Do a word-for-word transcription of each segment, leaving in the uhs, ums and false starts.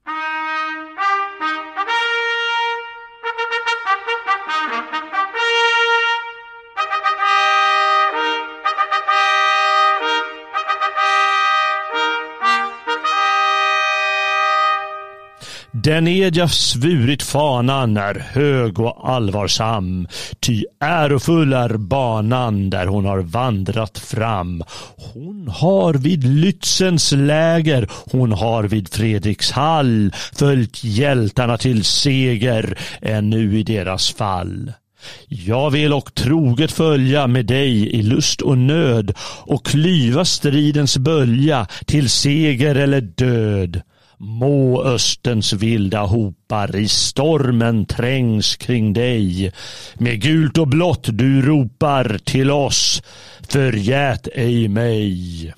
Den edja svurit fanan är hög och allvarsam, ty ärofull är banan där hon har vandrat fram. Hon har vid Lützens läger, hon har vid Fredrikshall följt hjältarna till seger ännu i deras fall. Jag vill och troget följa med dig i lust och nöd och klyva stridens bölja till seger eller död. Må östens vilda hopar i stormen trängs kring dig. Med gult och blått du ropar till oss, förgät ej mig.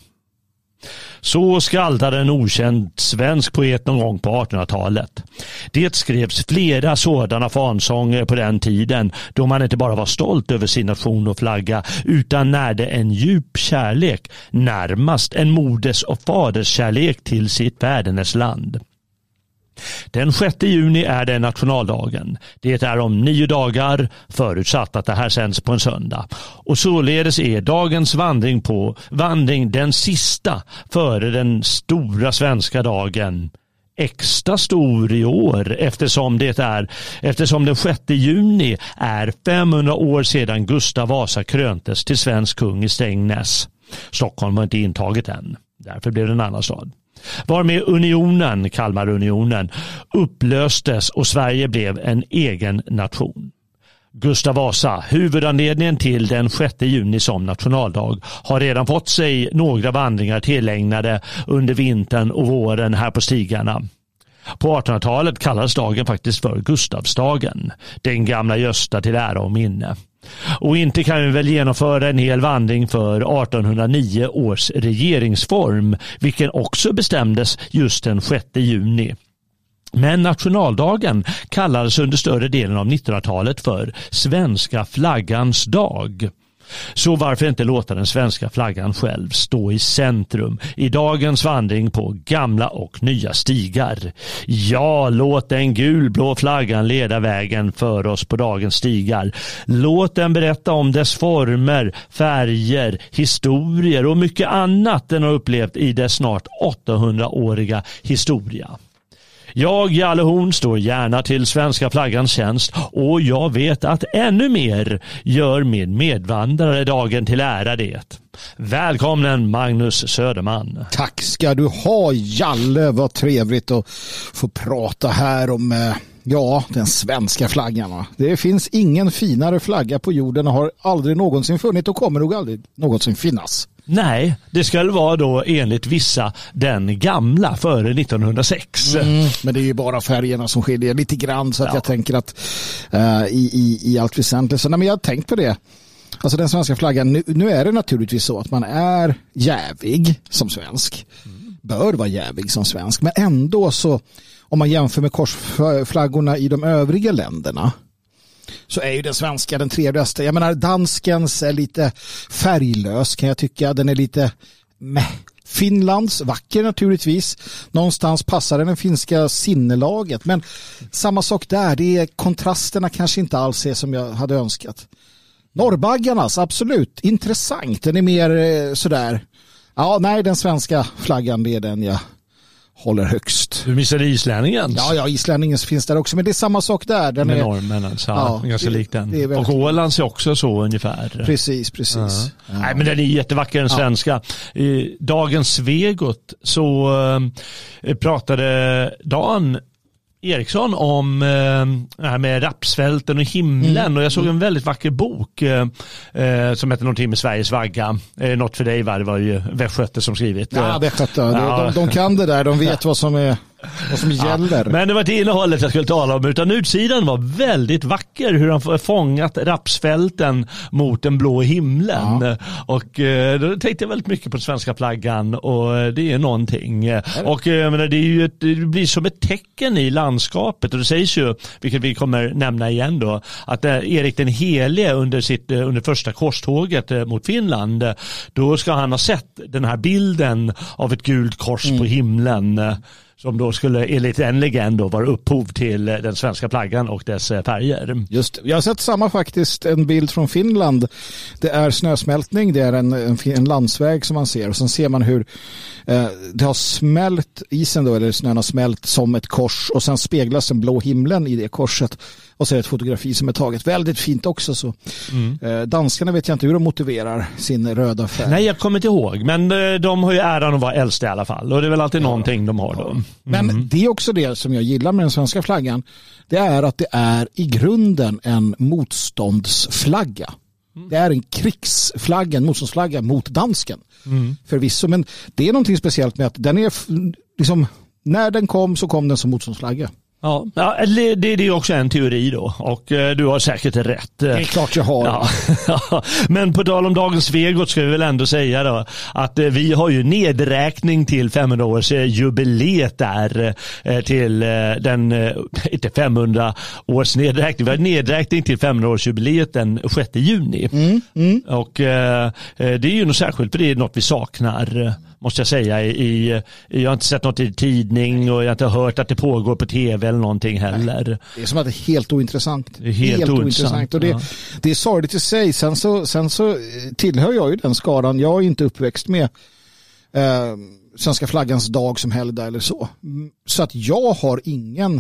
Så skaldade en okänd svensk poet någon gång på artonhundratalet. Det skrevs flera sådana fansånger på den tiden, då man inte bara var stolt över sin nation och flagga utan närde en djup kärlek, närmast en moders- och faderskärlek till sitt fädernes land. Den sjätte juni är det nationaldagen. Det är om nio dagar, förutsatt att det här sänds på en söndag. Och således är dagens vandring på vandring den sista före den stora svenska dagen. Extra stor i år eftersom det är eftersom den sjätte juni är femhundra år sedan Gustav Vasa kröntes till svensk kung i Strängnäs. Stockholm var inte intaget än. Därför blev det en annan stad. Varmed unionen, Kalmarunionen, upplöstes och Sverige blev en egen nation. Gustav Vasa, huvudanledningen till den sjätte juni som nationaldag, har redan fått sig några vandringar tillägnade under vintern och våren här på stigarna. På artonhundratalet kallades dagen faktiskt för Gustavsdagen, den gamla Gösta till ära och minne. Och inte kan vi väl genomföra en hel vandring för artonhundranio års regeringsform, vilken också bestämdes just den sjätte juni. Men nationaldagen kallades under större delen av nittonhundratalet för svenska flaggans dag. Så varför inte låta den svenska flaggan själv stå i centrum i dagens vandring på gamla och nya stigar? Ja, låt den gulblå flaggan leda vägen för oss på dagens stigar. Låt den berätta om dess former, färger, historier och mycket annat den har upplevt i dess snart åttahundraåriga historia. Jag, Jalle Horn, står gärna till svenska flaggans tjänst och jag vet att ännu mer gör min medvandrare dagen till ära det. Välkommen Magnus Söderman. Tack ska du ha, Jalle. Vad trevligt att få prata här om ja, den svenska flaggan. Det finns ingen finare flagga på jorden och har aldrig någonsin funnits och kommer nog aldrig någonsin finnas. Nej, det ska vara då enligt vissa den gamla före nittonhundrasex. Mm, men det är ju bara färgerna som skiljer lite grann så att ja. Jag tänker att uh, i, i, i allt väsentligt. Så nej, men jag har tänkt på det. Alltså den svenska flaggan, nu, nu är det naturligtvis så att man är jävig som svensk. Mm. Bör vara jävig som svensk. Men ändå så, om man jämför med korsflaggorna i de övriga länderna, så är ju den svenska den trevligaste. Jag menar, danskens är lite färglös kan jag tycka. Den är lite meh. Finlands, vacker naturligtvis. Någonstans passar den finska sinnelaget. Men samma sak där. Det är, kontrasterna kanske inte alls är som jag hade önskat. Norrbaggarnas, absolut. Intressant. Den är mer sådär. Ja, nej, den svenska flaggan, det är den jag håller högst. Du missade islänningens? Ja, ja, islänningens finns där också. Men det är samma sak där. Den med är normen, alltså. Ja, ganska lik den. Och Ålands är också så ungefär. Precis, precis. Ja. Ja. Nej, men den är jättevacker, den svenska. Ja. I dagens Svegot så äh, pratade Dan Eriksson om eh, det här med rapsfälten och himlen mm. och jag såg en väldigt vacker bok eh, som heter någonting med Sveriges vagga. Eh, något för dig var det var ju Västgöte som skrivit. Ja, Västgöte. Ja. De, de kan det där, de vet vad som är vad som gäller. Ja, men det var inte innehållet jag skulle tala om, utan utsidan var väldigt vacker, hur han fångat rapsfälten mot den blå himlen. Ja. Och eh, då tänkte jag väldigt mycket på den svenska flaggan och det är någonting. Ja. Och jag menar, det, är ju ett, det blir som ett tecken i landskapet och det sägs ju, vilket vi kommer nämna igen då, att eh, Erik den helige under, sitt, eh, under första korståget eh, mot Finland, eh, då ska han ha sett den här bilden av ett gult kors mm. på himlen. som då skulle enligt en legend då vara upphov till den svenska flaggan och dess färger. Just, jag har sett samma faktiskt, en bild från Finland. Det är snösmältning, det är en, en, en landsväg som man ser och sen ser man hur eh, det har smält, isen då, eller snön har smält som ett kors och sen speglas den blå himlen i det korset och så är det ett fotografi som är taget. Väldigt fint också så. Mm. Eh, danskarna vet jag inte hur de motiverar sin röda färg. Nej, jag kommer inte ihåg, men de har ju äran att vara äldst i alla fall och det är väl alltid ja. någonting de har då. Mm. Men det är också det som jag gillar med den svenska flaggan. Det är att det är i grunden en motståndsflagga. Mm. Det är en krigsflagga, en motståndsflagga mot dansken. Mm. Förvisso, men det är någonting speciellt med att den är liksom, när den kom så kom den som motståndsflagga. Ja, det, det är också en teori då och eh, du har säkert rätt. Det är klart jag har. Ja. Men på tal om dagens Svegot ska vi väl ändå säga då att eh, vi har ju nedräkning till femhundra års jubileet där eh, till eh, den, eh, inte femhundra års nedräkning, vi har nedräkning till femhundra års jubileet den sjätte juni. Mm, mm. Och eh, det är ju något särskilt för det är något vi saknar. Måste jag säga. I, i, jag har inte sett något i tidning och jag har inte hört att det pågår på tv eller någonting heller. Nej, det är som att det är helt ointressant. Det är helt, helt ointressant. ointressant. Och det, ja. det är sorgligt i sig. Sen så, sen så tillhör jag ju den skaran. Jag är inte uppväxt med eh, svenska flaggans dag som helgdag eller så. Så att jag har ingen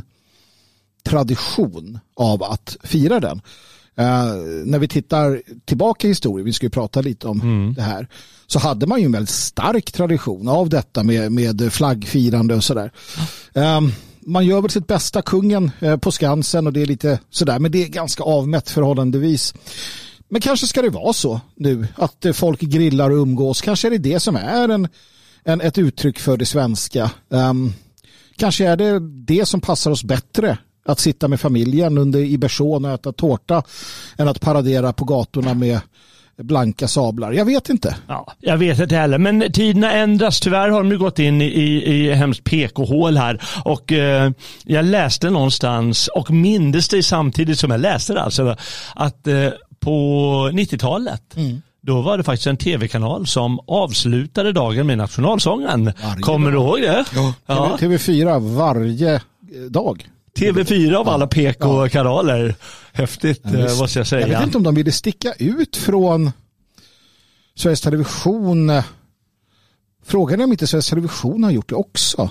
tradition av att fira den. Uh, när vi tittar tillbaka i historien, vi ska ju prata lite om mm. det här, så hade man ju en väldigt stark tradition av detta med, med flaggfirande och sådär. Um, man gör väl sitt bästa, kungen uh, på Skansen och det är lite sådär, men det är ganska avmätt förhållandevis. Men kanske ska det vara så nu att uh, folk grillar och umgås. Kanske är det det som är en, en, ett uttryck för det svenska. Um, kanske är det det som passar oss bättre. Att sitta med familjen under i Bersån och äta tårta än att paradera på gatorna med blanka sablar. Jag vet inte. Ja, jag vet inte heller. Men tiderna ändras. Tyvärr har de ju gått in i, i, i hemskt P K-hål här. Och eh, jag läste någonstans och mindes det samtidigt som jag läste det. Alltså, att eh, på nittiotalet mm. då var det faktiskt en tv-kanal som avslutade dagen med nationalsången. Varje Kommer dag. Du ihåg det? Ja, ja. T V fyra varje dag. T V fyra av alla P K-kanaler. Ja. Häftigt, ja, måste jag säga. Jag vet inte om de ville sticka ut från Sveriges Television. Frågan är om inte Sveriges Television har gjort det också.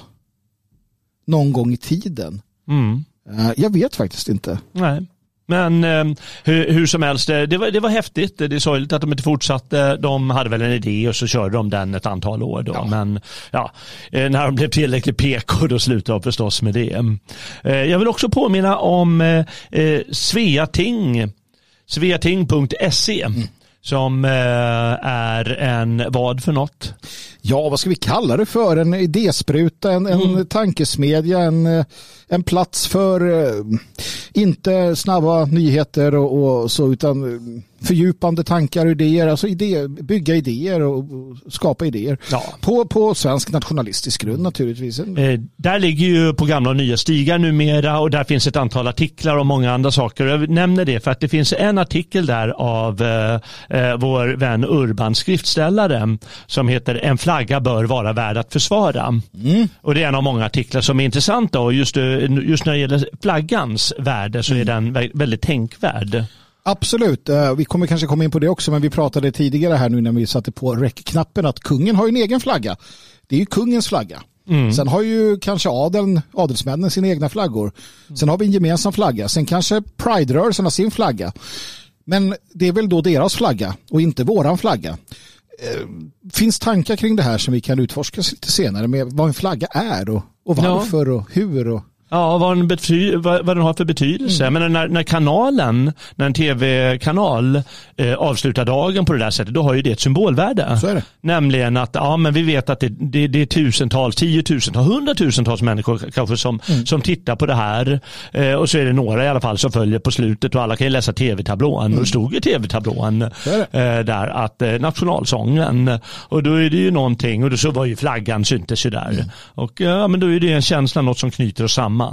Någon gång i tiden. Mm. Jag vet faktiskt inte. Nej. Men eh, hur, hur som helst, det var, det var häftigt. Det är sorgligt att de inte fortsatte. De hade väl en idé och så körde de den ett antal år då. Ja. Men ja, när de blev tillräckligt P K då slutade de förstås med det. Eh, jag vill också påminna om eh, Sveating, sveating punkt se mm. som eh, är en vad för något? Ja, vad ska vi kalla det för? En idéspruta, en, mm. en tankesmedja, en, en plats för uh, inte snabba nyheter och, och så, utan fördjupande tankar och idéer, alltså idé, bygga idéer och, och skapa idéer. Ja. På, på svensk nationalistisk grund naturligtvis. Eh, där ligger ju på gamla och nya stigar numera och där finns ett antal artiklar och många andra saker. Jag nämner det för att det finns en artikel där av eh, vår vän Urban, skriftställare, som heter En flagga bör vara värd att försvara. Mm. Och det är en av många artiklar som är intressanta och just, just när det gäller flaggans värde så är den väldigt tänkvärd. Absolut, vi kommer kanske komma in på det också, men vi pratade tidigare här nu när vi satte på räckknappen att kungen har en egen flagga. Det är ju kungens flagga. Mm. Sen har ju kanske adeln, adelsmännen sina egna flaggor. Sen har vi en gemensam flagga. Sen kanske Pride-rörelsen har sin flagga. Men det är väl då deras flagga och inte våran flagga. Finns tankar kring det här som vi kan utforska lite senare med vad en flagga är och, och varför ja. och hur och Ja, vad den, bety- vad, vad den har för betydelse. Mm. Men när, när kanalen, när en tv-kanal eh, avslutar dagen på det där sättet, då har ju det ett symbolvärde. Så är det. Nämligen att ja, men vi vet att det, det, det är tusentals, tiotusentals, hundratusentals människor kanske som, mm. som tittar på det här. Eh, och så är det några i alla fall som följer på slutet och alla kan ju läsa tv-tablån. Mm. Och det stod i tv-tablån eh, där att eh, nationalsången, och då är det ju någonting, och då så var ju flaggan syntes ju där. Mm. Och ja, men då är det en känsla, något som knyter oss samman.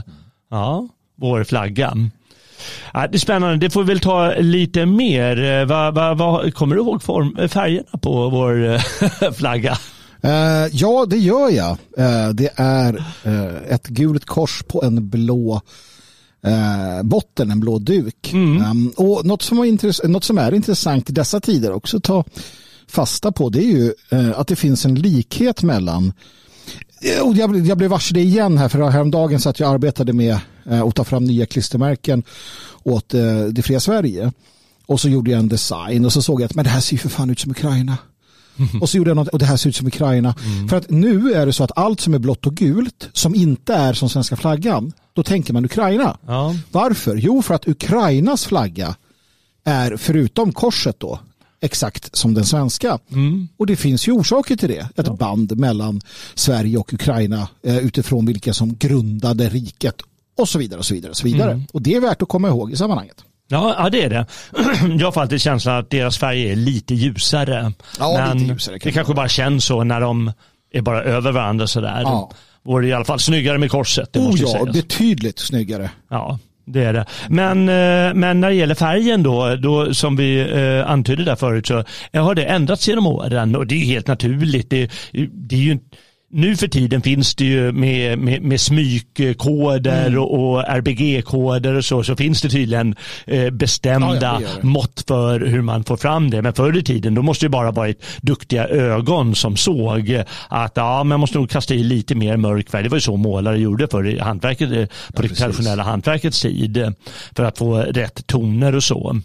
Ja, vår flagga. Ja, det är spännande. Det får vi väl ta lite mer. Va, va, va, kommer du ihåg form, färgerna på vår flagga? Uh, ja, det gör jag. Uh, det är uh, ett gult kors på en blå uh, botten, en blå duk. Mm. Um, och något som, var intress- något som är intressant i dessa tider också ta fasta på, det är ju uh, att det finns en likhet mellan. Uh, jag, jag blev varse det igen här, för häromdagen så att jag arbetade med uh, att ta fram nya klistermärken åt uh, Det fria Sverige. Och så gjorde jag en design och så såg jag att men det här ser för fan ut som Ukraina. Mm. Och så gjorde jag något och det här ser ut som Ukraina. Mm. För att nu är det så att allt som är blått och gult som inte är som svenska flaggan, då tänker man Ukraina. Ja. Varför? Jo, för att Ukrainas flagga är förutom korset då exakt som den svenska. Mm. Och det finns ju orsaker till det. Ett ja. band mellan Sverige och Ukraina eh, utifrån vilka som grundade riket och så vidare och så vidare och så vidare. Mm. Och det är värt att komma ihåg i sammanhanget. Ja, ja, det är det. Jag får alltid känslan att deras färg är lite ljusare. Ja, men lite ljusare. Det kanske bara känns så när de är bara över varandra sådär. Ja. Vore i alla fall snyggare med korset, det oh, måste ja, sägas. betydligt snyggare. Ja, det är det. Men, men när det gäller färgen då, då som vi eh, antydde där förut, så har det ändrats genom åren och det är ju helt naturligt. Det, det är ju nu för tiden finns det ju med, med, med smykkoder mm. och, och R B G-koder och så, så finns det tydligen eh, bestämda ja, ja, det det. mått för hur man får fram det. Men förr i tiden då måste det bara varit duktiga ögon som såg att ja, man måste nog kasta i lite mer mörk färg. Det var ju så målare gjorde för i hantverket, på ja, det traditionella hantverkets tid för att få rätt toner och så.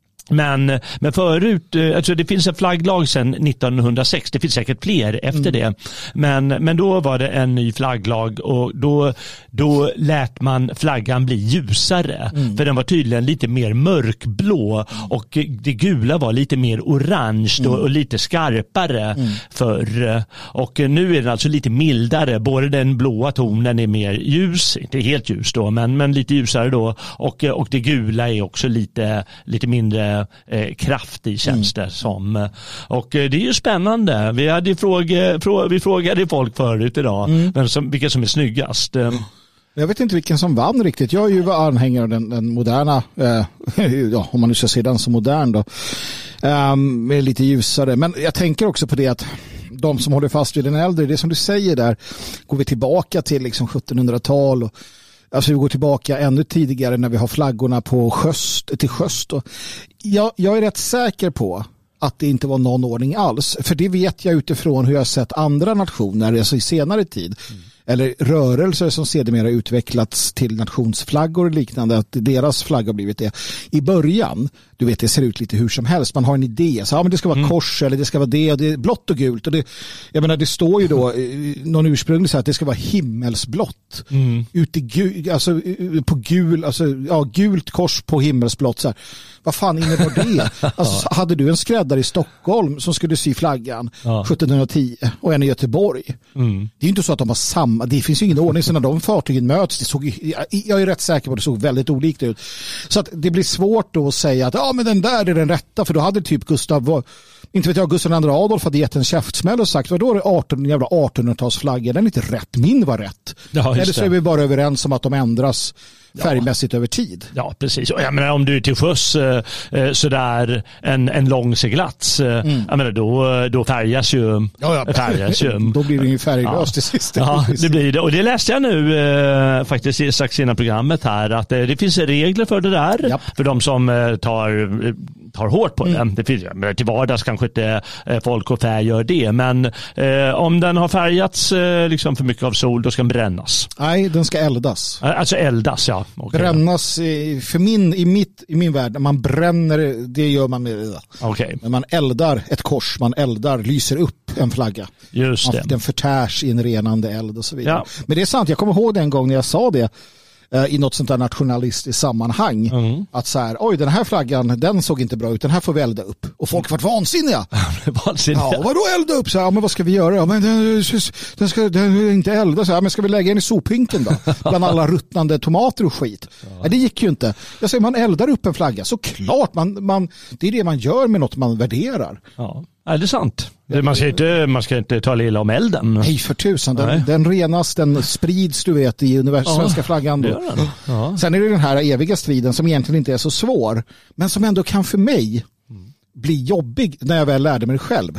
Men, men förut, alltså det finns en flagglag sedan nittonhundrasex, det finns säkert fler efter mm. det. Men, men då var det en ny flagglag och då, då lät man flaggan bli ljusare. Mm. För den var tydligen lite mer mörkblå och det gula var lite mer orange mm. och, och lite skarpare mm. förr. Och nu är den alltså lite mildare. Både den blåa tonen är mer ljus, inte helt ljus då, men, men lite ljusare då. Och, och det gula är också lite, lite mindre Eh, kraftig känns det mm. som. Och eh, det är ju spännande. Vi hade fråga, frå, vi frågade folk förut idag mm. vem som, vilka som är snyggast. Jag vet inte vilken som vann riktigt. Jag är ju anhängare av den, den moderna, eh, ja, om man nu ska se den som modern då, eh, med lite ljusare. Men jag tänker också på det att de som håller fast vid den äldre, det som du säger där, går vi tillbaka till liksom sjuttonhundratal och alltså vi går tillbaka ännu tidigare när vi har flaggorna på sjöss, till sjöss. Jag, jag är rätt säker på att det inte var någon ordning alls. För det vet jag utifrån hur jag har sett andra nationer alltså i senare tid. Mm. Eller rörelser som sedermera utvecklats till nationsflaggor och liknande, att deras flagg har blivit det. I början, du vet, det ser ut lite hur som helst. Man har en idé. Så, ja, men det ska vara mm. kors eller det ska vara det. Och det är blått och gult. Och det, jag menar, det står ju då någon ursprunglig så att det ska vara himmelsblått. Mm. Ut i gul, alltså på gul, alltså ja, gult kors på himmelsblått. Så här. Vad fan innebar det? Alltså, hade du en skräddare i Stockholm som skulle sy flaggan ja. sjuttonhundratio och en i Göteborg? Mm. Det är ju inte så att de har samma, det finns ju ingen ordning så när de fartygen möts, det såg, jag är rätt säker på att det såg väldigt olikt ut. Så att det blir svårt då att säga att ja, men den där är den rätta, för då hade typ Gustav, inte vet jag, Gustav den andra Adolf hade gett en käftsmäll och sagt, vad då är det arton, jävla artonhundratalsflagga, den är inte rätt, min var rätt. Ja, eller så är vi bara överens om att de ändras färgmässigt ja. över tid. Ja, precis. Och jag menar, om du är till sjöss eh, sådär en, en lång seglats, eh, mm. jag menar, då, då färgas ju, ja, ja. färgas ju. Då blir det ju färglöst ja. till sist. Ja, det blir det. Och det läste jag nu eh, faktiskt strax innan programmet här, att eh, det finns regler för det där. Japp. För de som eh, tar, tar hårt på mm. det. Det finns, men till vardags kanske inte eh, folk och färg gör det. Men eh, om den har färgats eh, liksom för mycket av sol, då ska den brännas. Nej, den ska eldas. Alltså eldas, ja. Okay. Brännas, för min, i, mitt, i min värld, man bränner, det gör man med okay. Men man eldar ett kors, man eldar, lyser upp en flagga. Just man, det. Den förtärs i en renande eld och så vidare. Ja. Men det är sant, jag kommer ihåg den gång när jag sa det eh, i något sånt där nationalistiskt sammanhang. Mm. Att så här, oj, den här flaggan, den såg inte bra ut, den här får vi elda upp. Och folk har varit vansinniga. vansinniga. Ja, vadå elda upp? Så här, ja, men vad ska vi göra? Ja, men den, den ska den inte elda. Så här, men ska vi lägga den i sophynken då? Bland alla ruttnande tomater och skit. Ja. Ja, det gick ju inte. Jag säger, man eldar upp en flagga. Såklart, man, man, det är det man gör med något man värderar. Ja. Är det sant? Man ska inte, man ska inte tala illa om elden. Nej, för tusan. Den, den renas, den sprids, du vet, i univers- ja, svenska flaggan. Då. Ja. Sen är det den här eviga striden som egentligen inte är så svår, men som ändå kan för mig bli jobbig när jag väl lärde mig själv.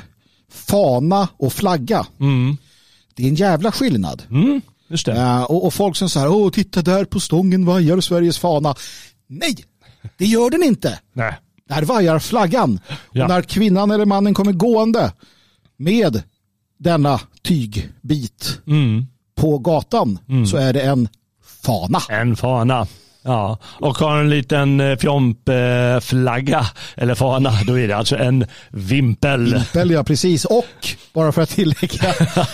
fana och flagga. Mm. Det är en jävla skillnad. Mm, just det. Uh, och, och folk som säger, åh titta där på stången vajar Sveriges fana. Nej, det gör den inte. Nej. Där vajar flaggan. Ja. Och när kvinnan eller mannen kommer gående med denna tygbit mm. på gatan mm. så är det en fana. En fana. Ja, och har en liten fjompflagga eller fana, då är det alltså en vimpel. Vimpel, ja precis. Och, bara för att tillägga,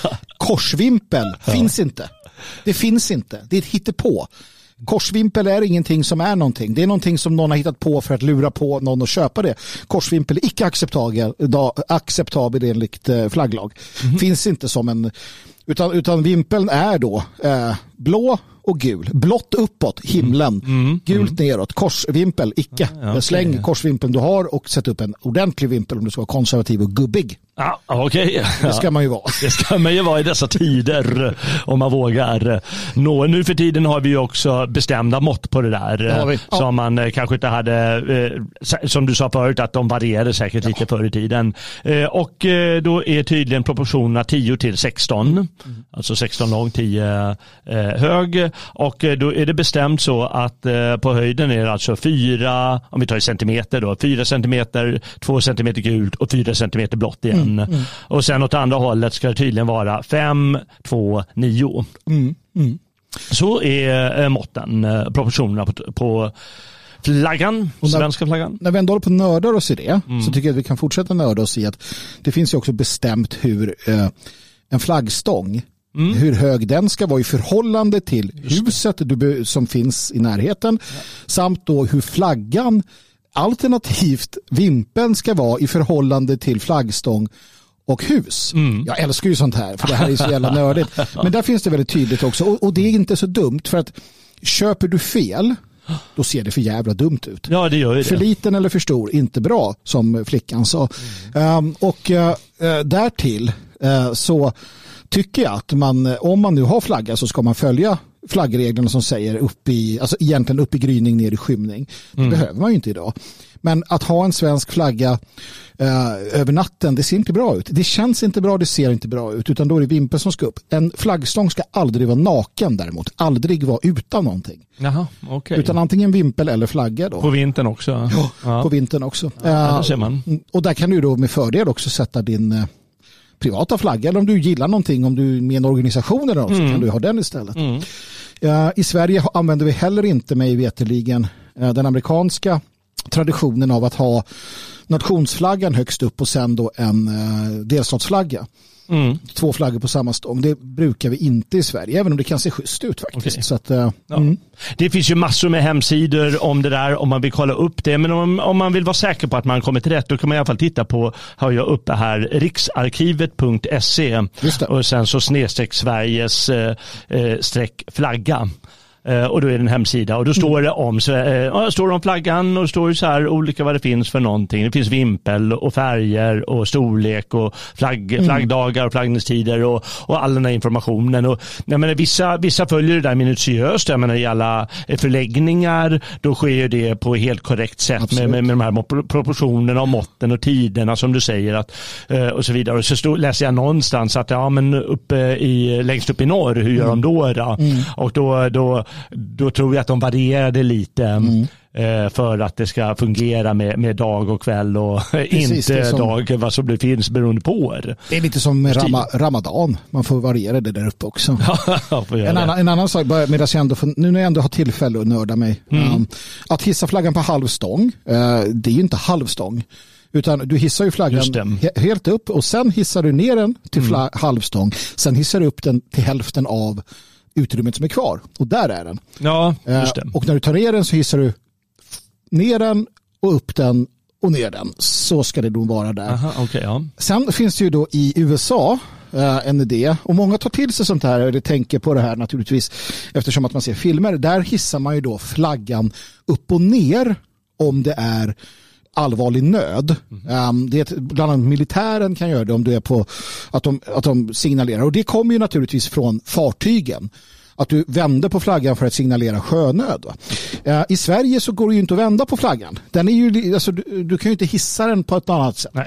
korsvimpel ja. finns inte. Det finns inte. Det är ett hittepå. Korsvimpel är ingenting som är någonting. Det är någonting som någon har hittat på för att lura på någon att köpa det. Korsvimpel är icke acceptabel, acceptabel enligt flagglag. Mm-hmm. Finns inte som en... Utan, utan vimpeln är då eh, blå och gul. Blått uppåt, himlen. Mm. Mm. Gult mm. neråt, korsvimpel, icke. Ja, okay. Släng korsvimpeln du har och sätt upp en ordentlig vimpel om du ska vara konservativ och gubbig. Ja, okej. Okay. Det ska man ju vara. Det ska man ju vara i dessa tider om man vågar. Nå, nu för tiden har vi ju också bestämda mått på det där. Det ja. Som man kanske inte hade, som du sa förut, att de varierade säkert ja. lite förr i tiden. Och då är tydligen proportionerna tio till sexton. Mm. Alltså sexton lång, tio hög. Och då är det bestämt så att på höjden är det alltså fyra, om vi tar i centimeter då, fyra centimeter, två centimeter gult och fyra centimeter blått igen. Mm, mm. Och sen åt andra hållet ska det tydligen vara fem, två, nio. Mm, mm. Så är måtten, proportionerna på, på flaggan, när, svenska flaggan. När vi ändå håller på nördar oss i det mm. så tycker jag att vi kan fortsätta nörda oss i att det finns ju också bestämt hur eh, en flaggstång, mm. hur hög den ska vara i förhållande till huset du, som finns i närheten ja. Samt då hur flaggan alternativt vimpeln ska vara i förhållande till flaggstång och hus. Mm. Jag älskar ju sånt här för det här är så jävla nördigt. Men där finns det väldigt tydligt också. Och, och det är inte så dumt för att köper du fel då ser det för jävla dumt ut. Ja, det gör det. För liten eller för stor, inte bra som flickan sa. Mm. Um, och uh, därtill uh, så tycker jag att man, om man nu har flagga så ska man följa flaggreglerna som säger upp i, alltså egentligen upp i gryning, ner i skymning. Det mm. behöver man ju inte idag. Men att ha en svensk flagga eh, över natten, det ser inte bra ut. Det känns inte bra, det ser inte bra ut. Utan då är det vimpeln som ska upp. En flaggstång ska aldrig vara naken däremot. Aldrig vara utan någonting. Jaha, okay. Utan antingen vimpel eller flagga då. På vintern också? Ja, ja. På vintern också. Ja, det ser man. Uh, och där kan du då med fördel också sätta din... Uh, privata flagga, eller om du gillar någonting, om du är med i en organisation eller något mm. så kan du ha den istället. Mm. Uh, I Sverige använder vi heller inte, mig veterligen, uh, den amerikanska traditionen av att ha nationsflaggan högst upp och sen då en uh, delstatsflagga. Mm. Två flaggor på samma stång. Det brukar vi inte i Sverige, även om det kan se schysst ut faktiskt. Okay. Så att, uh, ja. mm. Det finns ju massor med hemsidor om det där om man vill kolla upp det. Men om, om man vill vara säker på att man kommer till rätt, då kan man i alla fall titta på, har jag uppe här, riksarkivet punkt se och sen så snedstreck Sveriges eh, streck flagga. Och då är det en hemsida och då står det om, så, äh, står det om flaggan och det står så här olika vad det finns för någonting. Det finns vimpel och färger och storlek och flagg, mm. flaggdagar och flaggningstider och, och all den här informationen. Och, jag menar, vissa, vissa följer det där minutiöst. Jag menar, i alla förläggningar då sker det på helt korrekt sätt med, med, med de här proportionerna och måtten och tiderna som du säger att, och så vidare. Och så stod, läser jag någonstans att ja, men uppe i, längst upp i norr, hur gör mm. de då? då? Mm. Och då, då Då tror jag att de varierade lite mm. eh, för att det ska fungera med, med dag och kväll och Precis, inte som, dag vad som det finns beroende på år. Det är lite som med rama, Ramadan. Man får variera det där uppe också. en, annan, en annan sak, med att jag ändå får, nu när jag ändå har tillfälle att nörda mig. Mm. Um, att hissa flaggan på halvstång, uh, det är ju inte halvstång. Utan du hissar ju flaggan helt upp och sen hissar du ner den till mm. flag, halvstång. Sen hissar du upp den till hälften av utrymmet som är kvar. Och där är den. Ja, just det. Eh, och när du tar ner den så hissar du ner den och upp den och ner den. Så ska det då vara där. Aha, okay, ja. Sen finns det ju då i U S A eh, en idé. Och många tar till sig sånt här eller tänker på det här naturligtvis eftersom att man ser filmer. Där hissar man ju då flaggan upp och ner om det är allvarlig nöd. Mm. Um, det är bland annat militären kan göra det om du är på att de, att de signalerar. Och det kommer ju naturligtvis från fartygen. Att du vänder på flaggan för att signalera sjönöd. Uh, I Sverige så går det ju inte att vända på flaggan. Den är ju, alltså, du, du kan ju inte hissa den på ett annat sätt. Nej.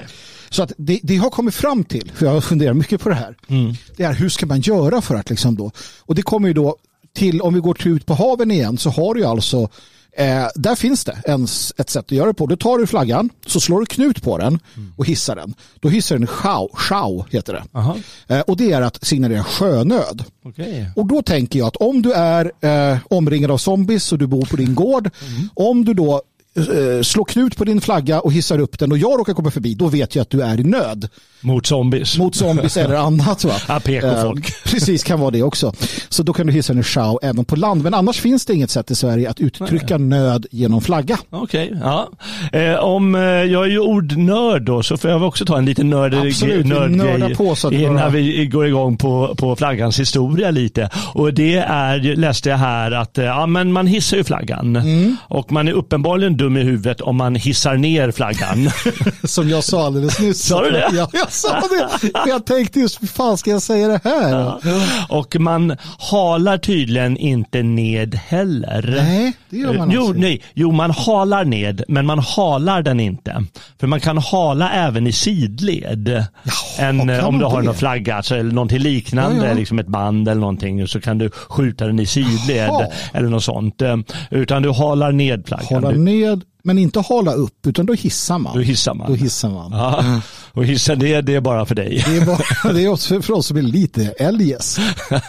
Så att det, det har kommit fram till, för jag har funderat mycket på det här, mm. det är hur ska man göra för att liksom då, och det kommer ju då till, om vi går ut på haven igen, så har du ju alltså Eh, där finns det en, ett sätt att göra det på. Då tar du flaggan, så slår du knut på den och hissar den. Då hissar den schau, schau heter det. Eh, och det är att signalera sjönöd. Okay. Och då tänker jag att om du är eh, omringad av zombies och du bor på din gård, mm. om du då eh, slår knut på din flagga och hissar upp den och jag råkar komma förbi, då vet jag att du är i nöd. Mot zombies. Mot zombies eller annat. Va? Ja, P K-folk. Eh, precis, kan vara det också. Så då kan du hissa en schau även på land. Men annars finns det inget sätt i Sverige att uttrycka Nej. nöd genom flagga. Okej, okay, ja. Eh, om eh, jag är ju ordnörd då, så får jag också ta en liten nörd, Absolut, nördgrej på så att innan bara... vi går igång på, på flaggans historia lite. Och det är, läste jag här, att ja, men man hissar ju flaggan. Mm. Och man är uppenbarligen dum i huvudet om man hissar ner flaggan. Som jag sa alldeles nyss. Sa du det? Ja, jag sa det. Jag tänkte just, hur fan ska jag säga det här? Ja. Och man halar tydligen inte ned heller. Nej, det gör man jo, alltså. nej, jo, man halar ned, men man halar den inte. För man kan hala även i sidled. Ja, en, om du har någon flagga alltså, eller någonting liknande, ja, ja. liksom ett band eller någonting, så kan du skjuta den i sidled. Jaha. Eller något sånt. Utan du halar ned flaggan. Halar ned, men inte hala upp, utan då hissar man. Då hissar man. Då hissar man. Ja. Mm. Och hissa det, det är bara för dig. Det är, bara, det är också för oss som är lite eljest.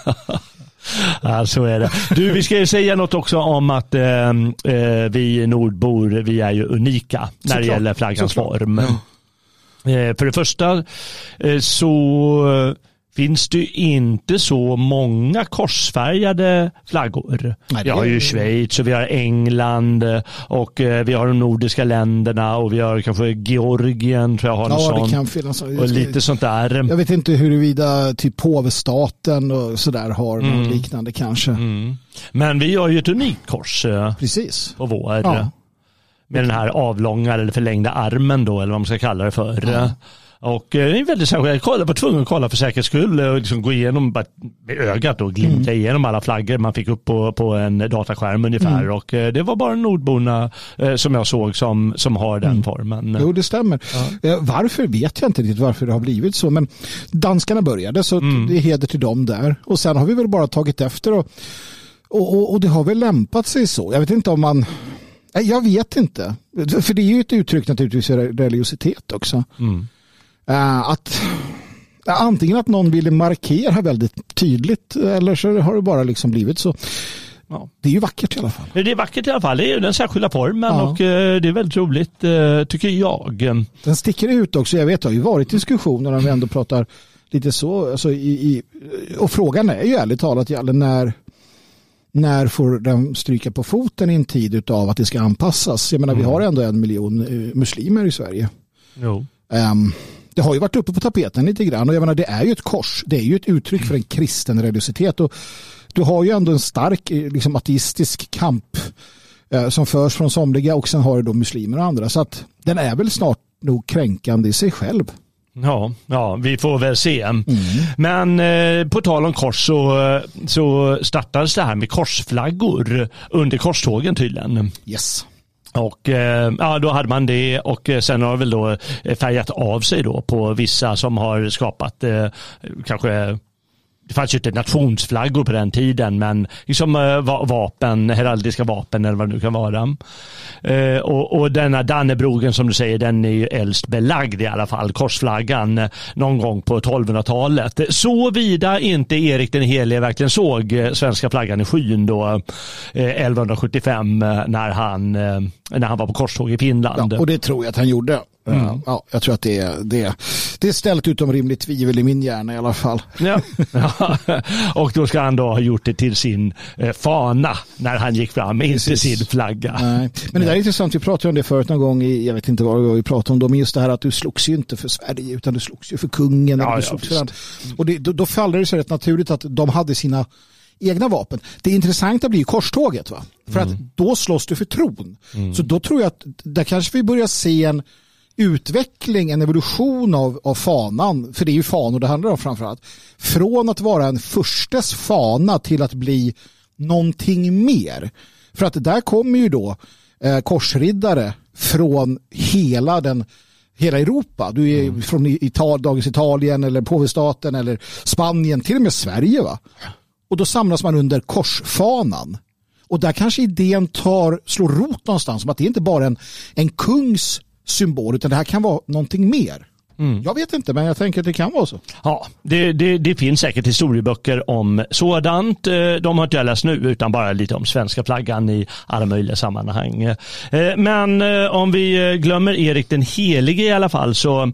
Ja, så är det. Du, vi ska ju säga något också om att eh, vi nordbor, vi är ju unika när det gäller flaggans form. Mm. Eh, för det första eh, så finns det inte så många korsfärgade flaggor. Nej, vi har ju Schweiz och vi har England och vi har de nordiska länderna och vi har kanske Georgien, tror jag har något ja, sånt. Det kan finnas, och lite sånt där. Jag vet inte huruvida typ påvestaten och sådär har mm. något liknande kanske. Mm. Men vi har ju ett unikt kors. Precis. På vår. Ja. Med den här avlånga eller förlängda armen då, eller vad man ska kalla det för. Ja. Och det är väldigt särskilt. Jag var tvungen att kolla för säkerhets skull och liksom gå igenom med ögat och glimta mm. igenom alla flaggor man fick upp på, på en dataskärm ungefär. Mm. Och det var bara nordborna eh, som jag såg som, som har den mm. formen. Jo, det stämmer. Ja. Varför vet jag inte riktigt varför det har blivit så. Men danskarna började, så mm. det är heder till dem där. Och sen har vi väl bara tagit efter och, och, och, och det har väl lämpat sig så. Jag vet inte om man... Jag vet inte. För det är ju ett uttryck naturligtvis för religiositet också. Mm. Uh, att uh, antingen att någon ville markera väldigt tydligt eller så har det bara liksom blivit så. Ja. Det är ju vackert i alla fall. Det är vackert i alla fall. Det är ju den särskilda formen ja. och uh, det är väldigt roligt uh, tycker jag. Den sticker ut också. Jag vet, det har ju varit diskussioner om vi ändå pratar lite så. Alltså, i, i, och frågan är ju ärligt talat, Jalle, när när får den stryka på foten i en tid utav att det ska anpassas? Jag menar, mm. vi har ändå en miljon uh, muslimer i Sverige. Jo. Um, Det har ju varit uppe på tapeten lite grann och jag menar, det är ju ett kors. Det är ju ett uttryck för en kristen religiositet och du har ju ändå en stark liksom, ateistisk kamp eh, som förs från somliga och sen har du då muslimer och andra. Så att den är väl snart nog kränkande i sig själv. Ja, ja, vi får väl se. Mm. Men eh, på tal om kors så, så startades det här med korsflaggor under korstågen tydligen. Yes. Och ja, då hade man det och sen har väl då färgat av sig då på vissa som har skapat eh, kanske, det fanns ju inte nationsflaggor på den tiden, men liksom eh, vapen, heraldiska vapen eller vad det nu kan vara. Eh, och, och denna Dannebrogen som du säger, den är ju äldst belagd i alla fall, korsflaggan eh, någon gång på tolvhundratalet. Så vida inte Erik den helige verkligen såg eh, svenska flaggan i skyn då eh, elvahundrasjuttiofem eh, när, han, eh, när han var på korståg i Finland. Ja, och det tror jag att han gjorde. Mm. Ja, jag tror att det är, det, det är ställt utom rimligt tvivel i min hjärna i alla fall. Ja. Ja. Och då ska han då ha gjort det till sin eh, fana när han gick fram, inte sin flagga. Nej. Men det där är intressant, vi pratade om det förut någon gång i, jag vet inte vad vi pratade om då, men just det här att du slogs ju inte för Sverige utan du slogs ju för kungen. Ja, du ja, för han. Och det, då, då faller det sig rätt naturligt att de hade sina egna vapen. Det intressanta blir ju korståget, va? För mm. att då slåss du för tron. Mm. Så då tror jag att där kanske vi börjar se en utveckling, en evolution av, av fanan, för det är ju fanor det handlar om framförallt, från att vara en förstes fana till att bli någonting mer. För att där kommer ju då eh, korsriddare från hela den hela Europa. Du är mm. från Ital- dagens Italien eller Påvestaten eller Spanien, till och med Sverige, va? Och då samlas man under korsfanan. Och där kanske idén tar, slår rot någonstans, som att det inte bara är en, en kungs symbol, utan det här kan vara någonting mer. Mm. Jag vet inte, men jag tänker att det kan vara så. Ja, det, det, det finns säkert historieböcker om sådant. De har inte jag läst nu, utan bara lite om svenska flaggan i alla möjliga sammanhang. Men om vi glömmer Erik den helige i alla fall, så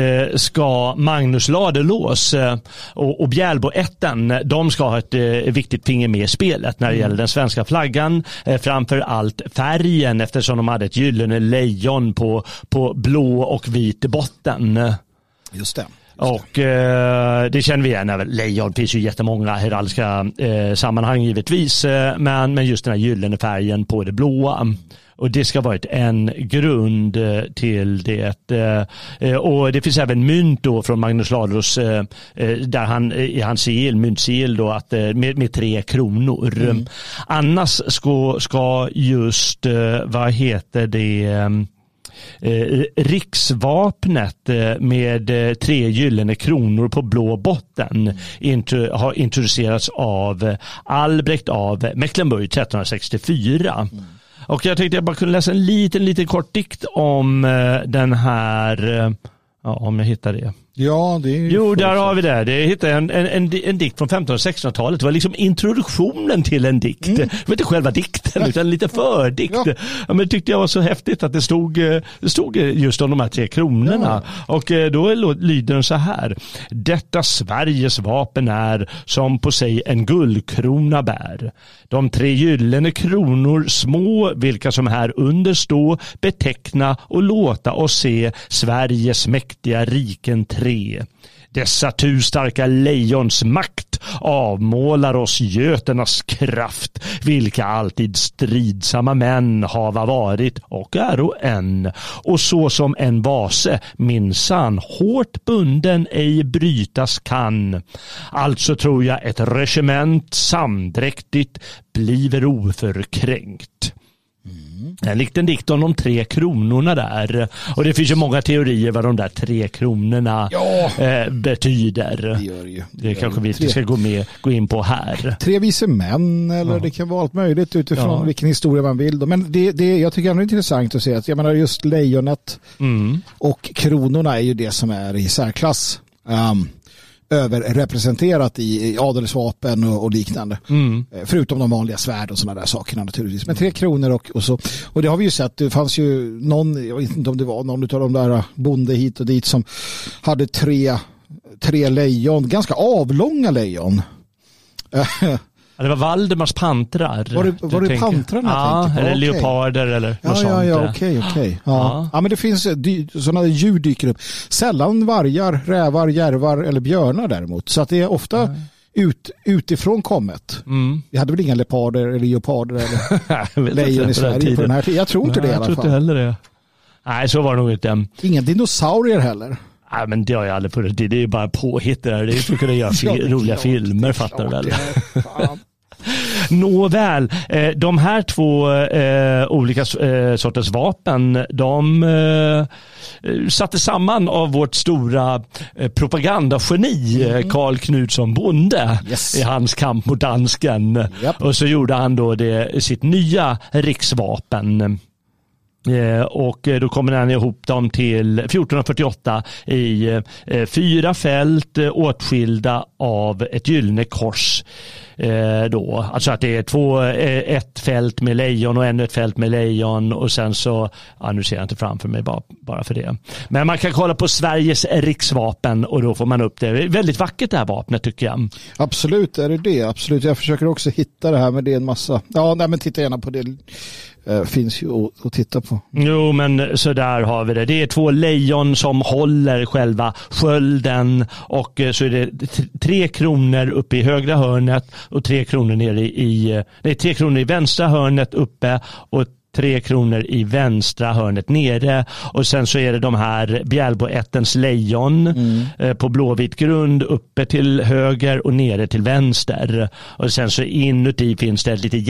ska Magnus Ladulås och, och Bjälboätten, de ska ha ett viktigt finger med i spelet när det gäller den svenska flaggan. Framför allt färgen, eftersom de hade ett gyllene lejon på, på blå och vit botten. Just det. Just och det. Eh, det känner vi igen. Lejon finns ju jättemånga heraldiska eh, sammanhang givetvis. Eh, men, men just den här gyllene färgen på det blåa. Och det ska vara en grund till det. Eh, och det finns även mynt då från Magnus Ladulås eh, där han i hans sigill, myntsigill då, att, med, med tre kronor. Mm. Annars ska, ska just, eh, vad heter det... Eh, Eh, riksvapnet eh, med eh, tre gyllene kronor på blå botten intro, har introducerats av eh, Albrecht av Mecklenburg trettonhundrasextiofyra. Mm. Och jag tänkte jag bara kunde läsa en liten, liten kort dikt om eh, den här, eh, ja, om jag hittar det. Ja, det är ju jo, där har vi det. Det hittade en, en, en, en dikt från femtonhundra- och sextonhundratalet. Det var liksom introduktionen till en dikt. Mm. Det var inte själva dikten, utan lite fördikt. Ja. Ja, men tyckte jag var så häftigt att det stod, det stod just om de här tre kronorna. Ja. Och då lyder den så här. Detta Sveriges vapen är som på sig en guldkrona bär. De tre gyllene kronor små, vilka som här understå, beteckna och låta oss se Sveriges mäktiga riken tre. Dessa turstarka lejons makt avmålar oss göternas kraft, vilka alltid stridsamma män hava varit och äro än. Och så som en vase minsann hårt bunden ej brytas kan. Alltså tror jag ett regiment samdräktigt bliver oförkränkt. En liten dikt om de tre kronorna där. Och det finns ju många teorier vad de där tre kronorna ja. eh, betyder. Det gör det ju. Det, det kanske vi inte ska gå, med, gå in på här. Tre vise män, eller ja. Det kan vara allt möjligt utifrån ja. vilken historia man vill. Men det, det, jag tycker det är intressant att se att jag menar just lejonet mm. och kronorna är ju det som är i särklass. Um, överrepresenterat i adelsvapen och, och liknande. Mm. Förutom de vanliga svärd och sådana där sakerna naturligtvis. Men tre kronor och, och så. Och det har vi ju sett. Det fanns ju någon, jag vet inte om det var någon av de där bonde hit och dit som hade tre, tre lejon. Ganska avlånga lejon. Det var Valdemars pantrar. Var det, var det pantrarna ja, jag tänkte på? Eller okay. leoparder eller något ja, sånt. Ja, ja, okej, okay, okej. Okay. Ja. Ja. ja, men det finns sådana djur dyker upp. Sällan vargar, rävar, järvar eller björnar däremot. Så att det är ofta mm. ut, utifrån kommet. Mm. Vi hade väl inga leoparder eller leoparder eller lejon i Sverige på den här tiden. Jag tror inte Nej, det i alla fall. Jag tror inte heller det. Nej, så var det nog inte. Inga dinosaurier heller. Nej, men det har jag aldrig funnit. Det är ju bara påhitt där. Det är för att kunna göra ja, roliga klart, filmer, fattar du väl? Nåväl, de här två eh, olika eh, sorters vapen, de eh, satte samman av vårt stora eh, propagandageni mm. Carl Knutsson Bonde yes. i hans kamp mot dansken. Yep. Och så gjorde han då det, sitt nya riksvapen. Eh, och då kommer han ihop dem till fjortonhundrafyrtioåtta i eh, fyra fält eh, åtskilda av ett gyllene kors. Eh, då. Alltså att det är två, eh, ett fält med lejon och ännu ett fält med lejon och sen så, ja, nu ser jag inte framför mig bara, bara för det. Men man kan kolla på Sveriges riksvapen och då får man upp det. Väldigt vackert det här vapnet tycker jag. Absolut är det det, absolut. Jag försöker också hitta det här med det är en massa, ja nej men titta gärna på det. Uh, finns ju att, att titta på. Jo, men så där har vi det. Det är två lejon som håller själva skölden och uh, så är det t- tre kronor uppe i högra hörnet och tre kronor nere i, i nej, tre kronor i vänstra hörnet uppe och tre kronor i vänstra hörnet nere och sen så är det de här Bjälboättens lejon mm. eh, på blåvit grund uppe till höger och nere till vänster och sen så inuti finns det ett litet hjärtskott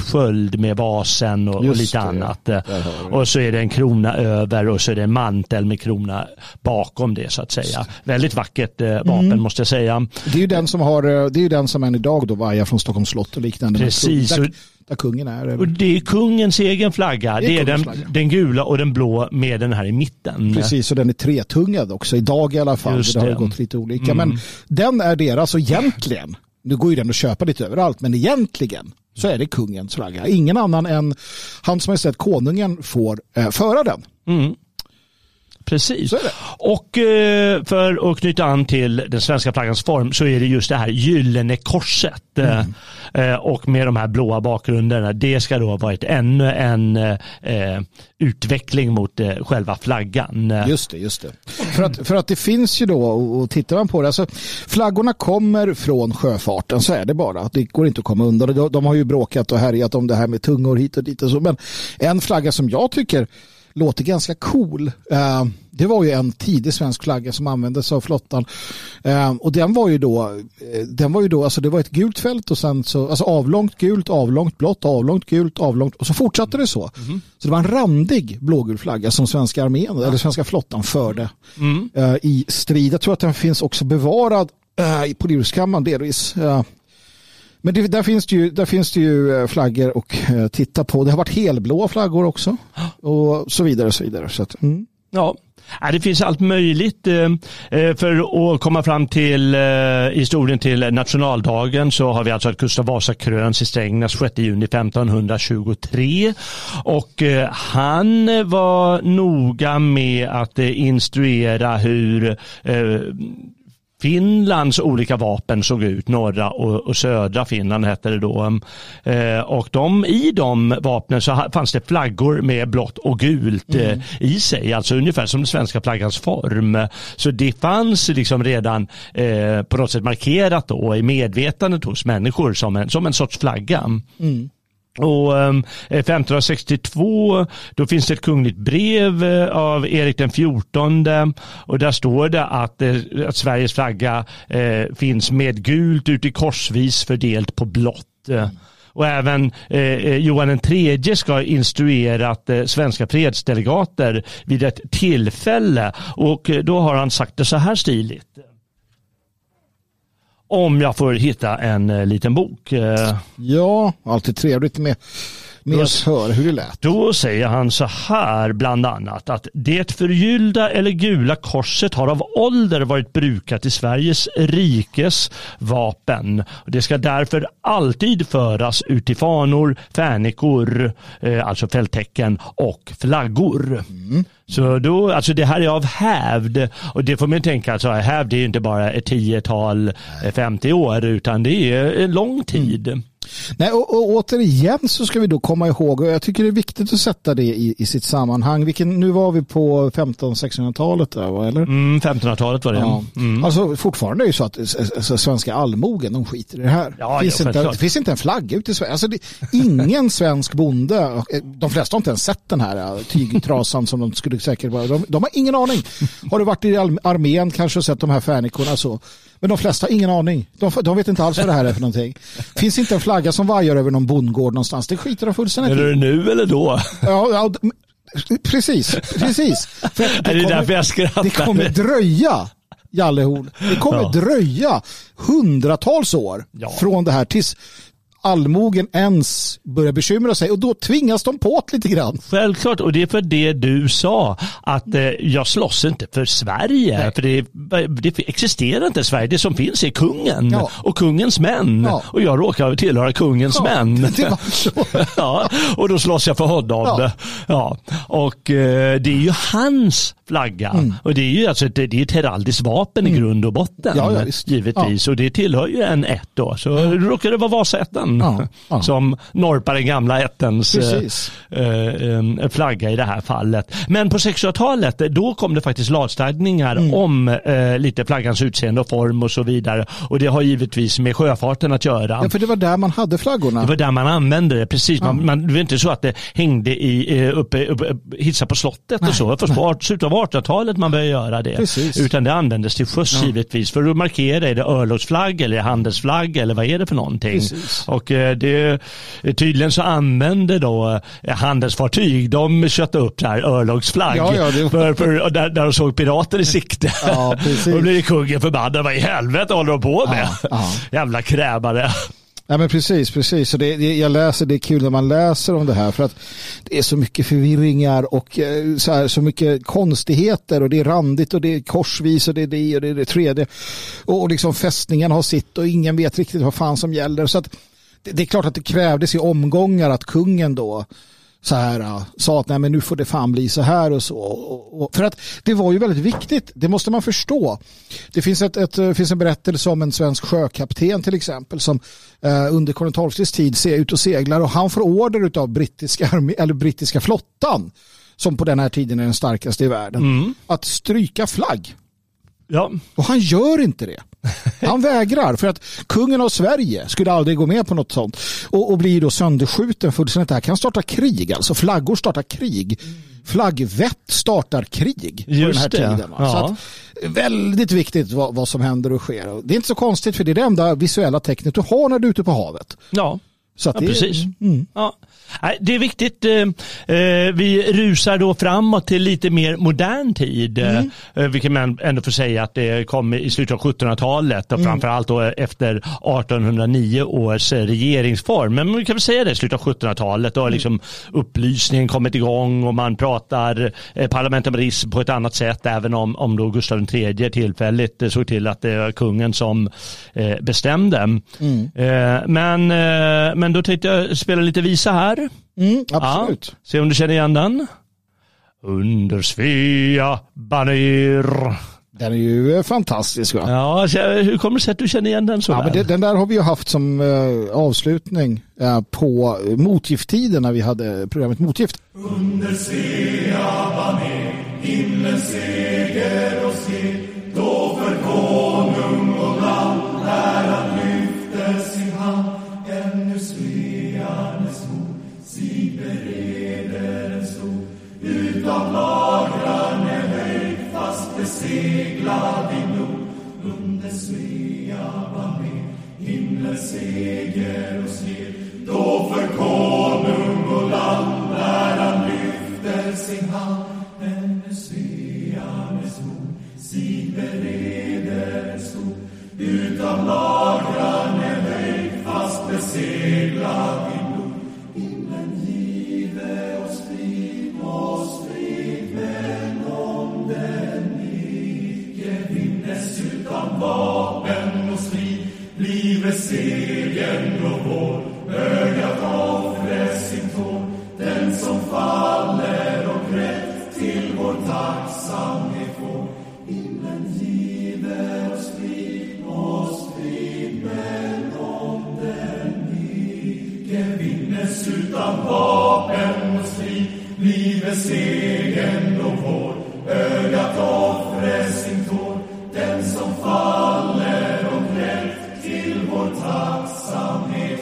sköld med vasen och, och lite det, annat. Ja. Och så är det en krona över och så är det en mantel med krona bakom det så att säga. Väldigt vackert eh, vapen mm. måste jag säga. Det är ju den som har, det är ju den som än idag då vajar från Stockholms slott och liknande. Precis. Där, där kungen är. Och det är kungens egen flagga. Det är, det är den, flagga. Den gula och den blå med den här i mitten. Precis, och den är tretungad också idag i alla fall. Just det. Det har gått lite olika. Mm. Men den är deras och egentligen, nu går ju den att köpa lite överallt, men egentligen så är det kungens flagga. Ingen annan än hans majestät konungen får eh, föra den. Mm. Precis. Och eh, för att knyta an till den svenska flaggans form så är det just det här gyllene korset mm. eh, och med de här blåa bakgrunderna. Det ska då ha varit ännu en eh, utveckling mot eh, själva flaggan. Just det, just det. För att, för att det finns ju då, och tittar man på det, alltså flaggorna kommer från sjöfarten, så är det bara. Det går inte att komma undan. De, de har ju bråkat och härjat om det här med tungor hit och dit och så. Men en flagga som jag tycker låter ganska cool. Uh, det var ju en tidig svensk flagga som användes av flottan. Uh, och den var ju då, den var ju då, alltså det var ett gult fält och sen så, alltså avlångt gult, avlångt blått, avlångt gult, avlångt och så fortsatte det så. Mm. Så det var en randig blågul flagga som svenska armén, ja. eller svenska flottan förde mm. uh, i strid. Jag tror att den finns också bevarad uh, på Livrustkammaren delvis. Uh, Men det, där, finns det ju, där finns det ju flaggor att eh, titta på. Det har varit helblåa flaggor också. Och så vidare och så vidare. Så att, mm. Ja, det finns allt möjligt. För att komma fram till historien till nationaldagen så har vi alltså att Gustav Vasa kröns i Strängnäs sjätte juni femtonhundratjugotre. Och han var noga med att instruera hur Finlands olika vapen såg ut, norra och, och södra Finland hette det då. Eh, och de, i de vapnen så fanns det flaggor med blått och gult eh, mm. i sig, alltså ungefär som den svenska flaggans form. Så det fanns liksom redan eh, på något sätt markerat då i medvetandet hos människor som en, som en sorts flagga. Mm. Och um, femtonhundrasextiotvå då finns det ett kungligt brev uh, av Erik den fjortonde och där står det att, uh, att Sveriges flagga uh, finns med gult ut i korsvis fördelt på blått. Mm. Och även uh, Johan den tredje ska ha instruerat uh, svenska fredsdelegater vid ett tillfälle och uh, då har han sagt det så här stiligt. Om jag får hitta en uh, liten bok. Uh, ja, alltid trevligt med, med att höra hur det lät. Då säger han så här bland annat att det förgyllda eller gula korset har av ålder varit brukat i Sveriges rikes vapen. Det ska därför alltid föras ut i fanor, färnikor, uh, alltså fälttecken och flaggor. Mm. Så då, alltså det här är av hävd och det får man tänka, alltså hävd är ju inte bara ett tiotal, femtio år utan det är en lång tid. Mm. Nej, och, och återigen så ska vi då komma ihåg, och jag tycker det är viktigt att sätta det i, i sitt sammanhang. Vilken, nu var vi på femtonhundratalet där, eller? Mm, femtonhundratalet var det. Ja. Mm. Alltså fortfarande är det ju så att alltså, svenska allmogen, de skiter i det här. Ja, finns ja, inte, det finns inte en flagga ute i Sverige. Alltså, det, ingen svensk bonde, de flesta har inte ens sett den här tygtrasan som de skulle säkert vara. De, de har ingen aning. Har du varit i armén kanske och sett de här färnikorna så? Men de flesta har ingen aning. De, de vet inte alls vad det här är för någonting. Finns inte en flagga som vajar över någon bondgård någonstans. Det skiter de fullständigt i. Är det nu eller då? Ja, ja precis. precis. För det, är det kommer, därför jag skrattar? Det kommer dröja, Jallehorn. Det kommer ja. dröja hundratals år ja. från det här tills allmogen ens börjar bekymra sig och då tvingas de på lite grann. Självklart, och det är för det du sa att eh, jag slåss inte för Sverige. Nej. För det, det existerar inte Sverige. Det som finns är kungen ja. och kungens män. Ja. Och jag råkar tillhöra kungens ja, män. Det var så. ja, och då slåss jag för honom. Ja. Ja. Och eh, det är ju hans flagga. Mm. Och det är ju alltså, det, det är ett heraldiskt vapen mm. i grund och botten. Ja, ja, givetvis. Ja. Och det tillhör ju en ett då. Så ja. råkar det vara Vasaätten. Ja, ja. Som norpar den gamla ättens äh, flagga i det här fallet. Men på sextiotalet då kom det faktiskt lagstadningar mm. om äh, lite flaggans utseende och form och så vidare. Och det har givetvis med sjöfarten att göra. Ja, för det var där man hade flaggorna. Det var där man använde det, precis. Ja. Man, man, det var inte så att det hängde i, uppe, uppe hissa på slottet nej, och så. För slutet av artonhundratalet man började göra det. Precis. Utan det användes till sjöss ja. givetvis. För att markera, är det örlogsflagg eller handelsflagg eller vad är det för någonting? Precis. Och och det tydligen så använde då handelsfartyg, de köpte upp här örlogsflagg ja, ja, det... för, för, där, där de såg pirater i sikte. Ja, precis. Då blir kungen förbannad. Vad i helvete håller de på med? Ja, ja. Jävla krävare. Ja, men precis, precis. Så det, det, jag läser, det är kul när man läser om det här för att det är så mycket förvirringar och så, här, så mycket konstigheter och det är randigt och det är korsvis och det är det och det är det tredje. Och, och liksom fästningen har sitt och ingen vet riktigt vad fan som gäller. Så att det, det är klart att det krävdes i omgångar att kungen då så här uh, sa att nej, men nu får det fan bli så här och så. Och, och, för att det var ju väldigt viktigt, det måste man förstå. Det finns, ett, ett, uh, finns en berättelse om en svensk sjökapten till exempel som uh, under Karl den tolftes tid ser ut och seglar och han får order av brittiska, armé, eller brittiska flottan som på den här tiden är den starkaste i världen mm. att stryka flagg. Ja. Och han gör inte det. Han vägrar för att kungen av Sverige skulle aldrig gå med på något sånt och, och blir då sönderskjuten fullständigt. Det här kan starta krig, alltså flaggor startar krig. Flaggvett startar krig på Just den här det. tiden. Ja. Så att, väldigt viktigt vad, vad som händer och sker. Det är inte så konstigt för det är det enda visuella tecknet du har när du är ute på havet. Ja. Så att ja, det, precis. Mm. Ja. Det är viktigt. Vi rusar då framåt till lite mer modern tid. Mm. Vi kan ändå få säga att det kom i slutet av sjuttonhundratalet och mm. framförallt då efter artonhundranio års regeringsform. Men vi kan väl säga det, slutet av sjuttonhundratalet då har liksom upplysningen kommit igång och man pratar parlamentarism på ett annat sätt även om, om då Gustav den tredje tillfälligt såg till att det var kungen som bestämde. Mm. Men, men då tänkte jag spela lite visa här. Mm, absolut. Ja, se om du känner igen den. Under Svea baner. Den är ju fantastisk, va? Ja, hur kommer det sig att du känner igen den så ja, där? Men det, den där har vi ju haft som uh, avslutning uh, på motgifttiden när vi hade programmet Motgift. Under Svea baner, himlens seger och se, då för konung och land när han lyfter sin hand, ännu Svearnes mod sig bereder en stor, utan lagran är höjd fast beseglad i blod. Under Svea baner, himlens seger och se, då för konung och land när han lyfter sin hand, ännu Svearnes mod sig bereder en stor, utan lagran är höjd fast beseglad i blod. Himlen give oss frid, oss frid, men om den icke vinnes utan vapen och strid, blive segern då vår, ögat offre sin tår, den som faller och rätt till vår tacksamhet får. Himlen give oss frid, oss frid, men om den icke vinnes utan vapen och strid, blive segern då vår, ögat offre sin tår, den som faller och rätt till vår tacksamhet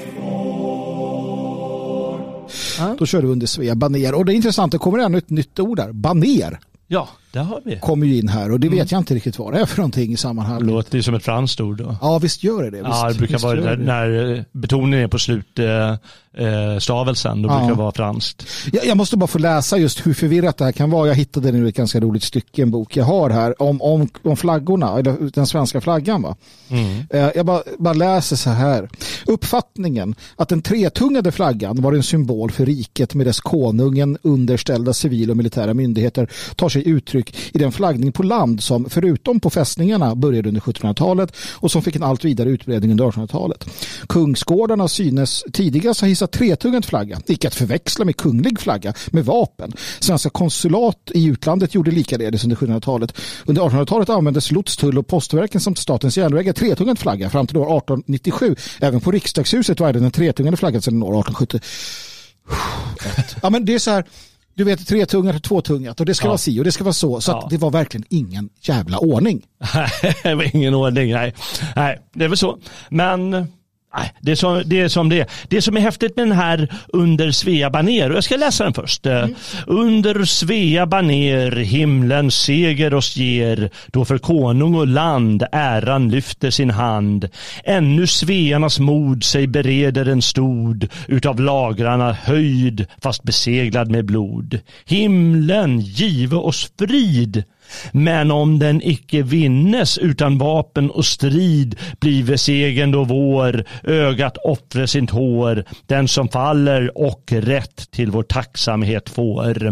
får. Då kör du under Svea baner. Och det är intressant, det kommer ännu ett nytt ord där. Baner. Ja, det har vi. Kommer ju in här och det vet mm. jag inte riktigt vad det är för någonting i sammanhanget. Det låter ju som ett franskt ord då. Ja, visst gör det det. Visst, ja, det brukar vara när, när betoningen är på slut eh, stavelsen, då ja. brukar det vara franskt. Jag, jag måste bara få läsa just hur förvirrat det här kan vara. Jag hittade nu ett ganska roligt stycke, en bok jag har här om, om, om flaggorna, eller den svenska flaggan, va? Mm. Eh, jag bara, bara läser så här. Uppfattningen att den tretungade flaggan var en symbol för riket med dess konungen underställda civila och militära myndigheter tar sig uttryck i den flaggning på land som förutom på fästningarna började under sjuttonhundratalet och som fick en allt vidare utbredning under artonhundratalet. Kungsgårdarna synes tidigast ha hissat tretungad flagga, icke att förväxla med kunglig flagga med vapen. Svenska konsulat i utlandet gjorde likaledes under sjuttonhundratalet. Under artonhundratalet användes lots, tull och postverken samt statens järnvägar tretungad flagga fram till år arton nittiosju. Även på riksdagshuset var det den tretungade flaggan sedan år arton sjuttio. Ja, men det är så här. Du vet, tretungat och tvåtungat och det ska ja. vara si och det ska vara så. Så ja. att det var verkligen ingen jävla ordning. Det var ingen ordning, nej. Nej, det är väl så. Men Det är, som, det är som det är. Det som är häftigt med den här Under Svea baner, och jag ska läsa den först. Mm. Under Svea baner himlen seger oss ger, då för konung och land äran lyfter sin hand. Ännu svearnas mod sig bereder en stod, utav lagrarna höjd fast beseglad med blod. Himlen give oss frid, men om den icke vinnes utan vapen och strid, blive segern då vår, ögat offre sin hår, den som faller och rätt till vår tacksamhet får.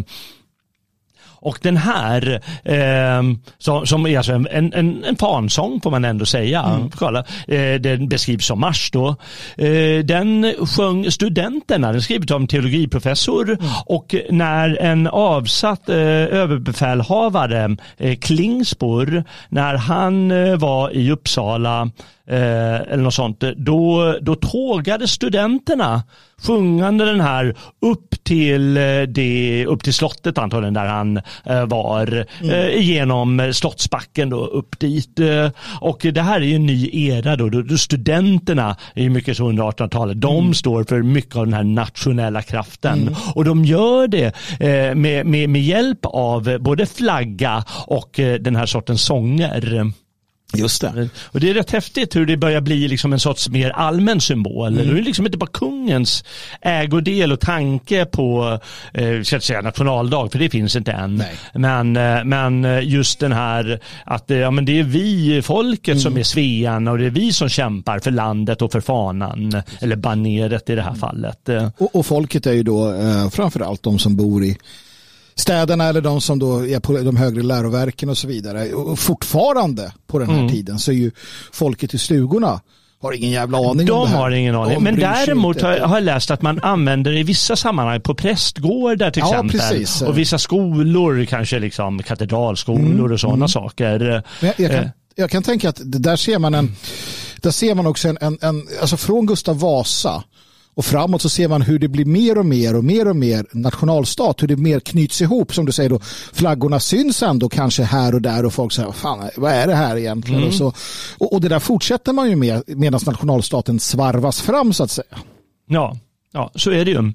Och den här, eh, som, som är alltså en, en, en fansång får man ändå säga, mm. Kolla, eh, den beskrivs som marsch då. Eh, den sjöng studenterna, den skrivit av en teologiprofessor, mm. och när en avsatt eh, överbefälhavare, eh, Klingspor, när han eh, var i Uppsala, Eh, eller något sånt, då, då tågade studenterna sjungande den här upp till det, upp till slottet antagligen där han eh, var, mm. eh, genom Slottsbacken då upp dit, eh, och det här är ju en ny era då, då, då studenterna är ju mycket så under artonhundratalet, de mm. står för mycket av den här nationella kraften, mm. och de gör det eh, med, med, med hjälp av både flagga och eh, den här sortens sånger. Just det. Och det är rätt häftigt hur det börjar bli liksom en sorts mer allmän symbol. Mm. Det är liksom inte bara kungens ägodel och tanke på eh, ska jag säga, nationaldag, för det finns inte än. Nej. Men, eh, men just den här att ja, men det är vi, folket, mm. som är svean, och det är vi som kämpar för landet och för fanan, eller baneret i det här mm. fallet. Och, och folket är ju då eh, framförallt de som bor i städerna eller de som då är på de högre läroverken och så vidare. Och fortfarande på den här mm. tiden så är ju folket i stugorna har ingen jävla aning de om det här. De har ingen aning. De Men däremot har jag, har jag läst att man använder det i vissa sammanhang på prästgårdar till ja, exempel. Precis. Och vissa skolor, kanske liksom katedralskolor mm. och sådana mm. saker. Jag, jag, kan, jag kan tänka att där ser man en, där ser man också en, en, en alltså från Gustav Vasa och framåt så ser man hur det blir mer och mer och mer och mer nationalstat, hur det mer knyts ihop, som du säger då, flaggorna syns ändå kanske här och där och folk säger, fan, vad är det här egentligen? Mm. Och, så, och, och det där fortsätter man ju med medan nationalstaten svarvas fram så att säga. Ja, ja så är det ju.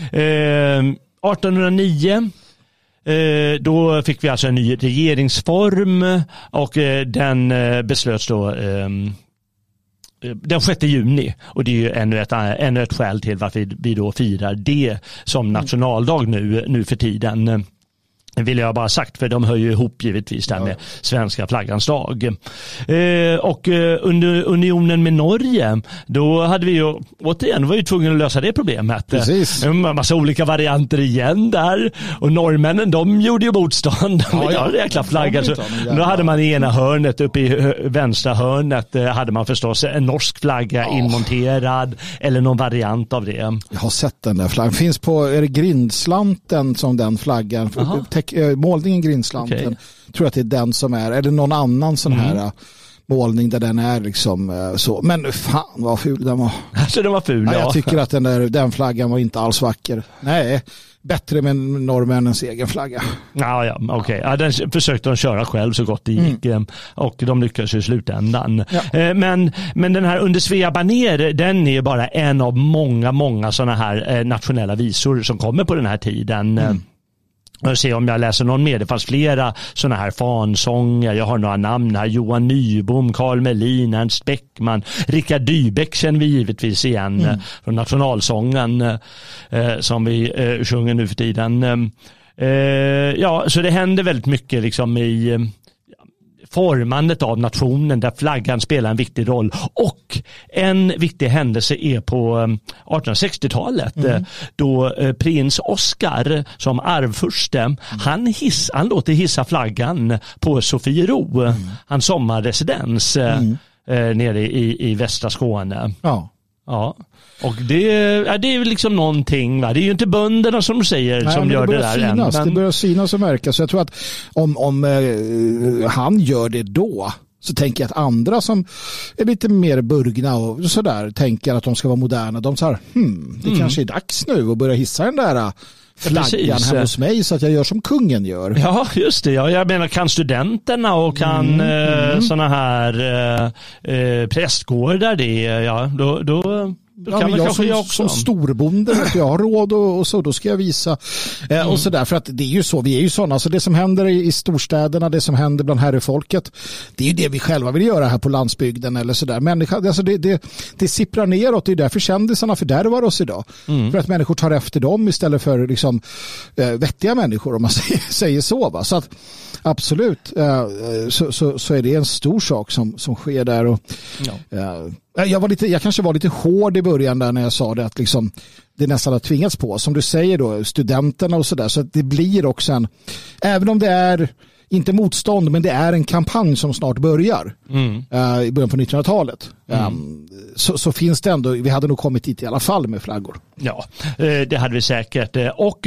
Eh, artonhundranio Eh, då fick vi alltså en ny regeringsform, och eh, den eh, beslöts då eh, den sjätte juni, och det är ju ännu ett, ännu ett skäl till varför vi då firar det som nationaldag nu, nu för tiden. Det vill jag bara sagt, för de hör ju ihop givetvis där med svenska flaggans dag. Eh, och eh, under unionen med Norge, då hade vi ju återigen var ju tvungna att lösa det problemet. Precis. En massa olika varianter igen där, och norrmännen, de gjorde ju motstånd. Ja, ja. Jäkla flagga. Så, då hade man i ena hörnet, uppe i vänstra hörnet, eh, hade man förstås en norsk flagga ja. inmonterad, eller någon variant av det. Jag har sett den där flaggan. Finns på, är det Grindslanten som den flaggan? Aha. Målningen Grindslanten, okay. tror jag att det är den som är, eller någon annan sån här mm. målning där den är liksom så. Men fan vad ful den var. Alltså den var ful, ja. ja. Jag tycker att den, där, den flaggan var inte alls vacker. Nej, bättre med norrmännens egen flagga. Ja, ja, okej. Okay. Ja, den försökte de köra själv så gott det gick, mm. och de lyckades i slutändan. Ja. Men, men den här Under Svea baner, den är bara en av många, många sådana här nationella visor som kommer på den här tiden. Mm. Jag ser om jag läser någon mer. Det fanns flera sådana här fansånger. Jag har några namn här. Johan Nybom, Carl Melin, Ernst Beckman, Rickard Dybeck känner vi givetvis igen mm. från nationalsången eh, som vi eh, sjunger nu för tiden. Eh, ja, så det händer väldigt mycket liksom i eh, formandet av nationen, där flaggan spelar en viktig roll. Och en viktig händelse är på artonhundrasextiotalet mm. då prins Oscar som arvfurste, mm. han, hiss, han låter hissa flaggan på Sofiero, mm. hans sommarresidens mm. eh, nere i, i västra Skåne. Ja. Ja, och det, ja, det är liksom någonting, va? Det är ju inte bönderna som säger. Nej, som gör det, det där synas, än. Men... Det börjar synas och märkas. Så jag tror att om, om eh, han gör det då, så tänker jag att andra som är lite mer burgna och sådär tänker att de ska vara moderna. De säger, hmm, det mm. kanske är dags nu att börja hissa den där flaggan hemma hos mig så att jag gör som kungen gör. Ja, just det. Ja, jag menar, kan studenterna och kan mm, eh, mm. såna här eh, eh, prästgårdar det, ja, då, då Då ja, kan men man jag som, jag som storbonde, vet jag har råd och, och så, då ska jag visa. Eh, mm. och så där, för att det är ju så, vi är ju sådana, så det som händer i, i storstäderna, det som händer bland herrefolket, det är ju det vi själva vill göra här på landsbygden eller sådär. Människa, alltså det, det, det sipprar neråt, det är därför kändisarna fördärvar oss idag. Mm. För att människor tar efter dem istället för liksom, eh, vettiga människor, om man säger, säger så. Va? Så att absolut, eh, så, så, så är det en stor sak som, som sker där. Och, ja. eh, Jag, var lite, jag kanske var lite hård i början där när jag sa det, att liksom, det nästan har tvingats på. Som du säger då, studenterna och sådär. Så att det blir också en, även om det är inte motstånd, men det är en kampanj som snart börjar mm. uh, i början på nittonhundratalet. Mm. Um, så, så finns det ändå, vi hade nog kommit hit i alla fall med flaggor. Ja, det hade vi säkert. Och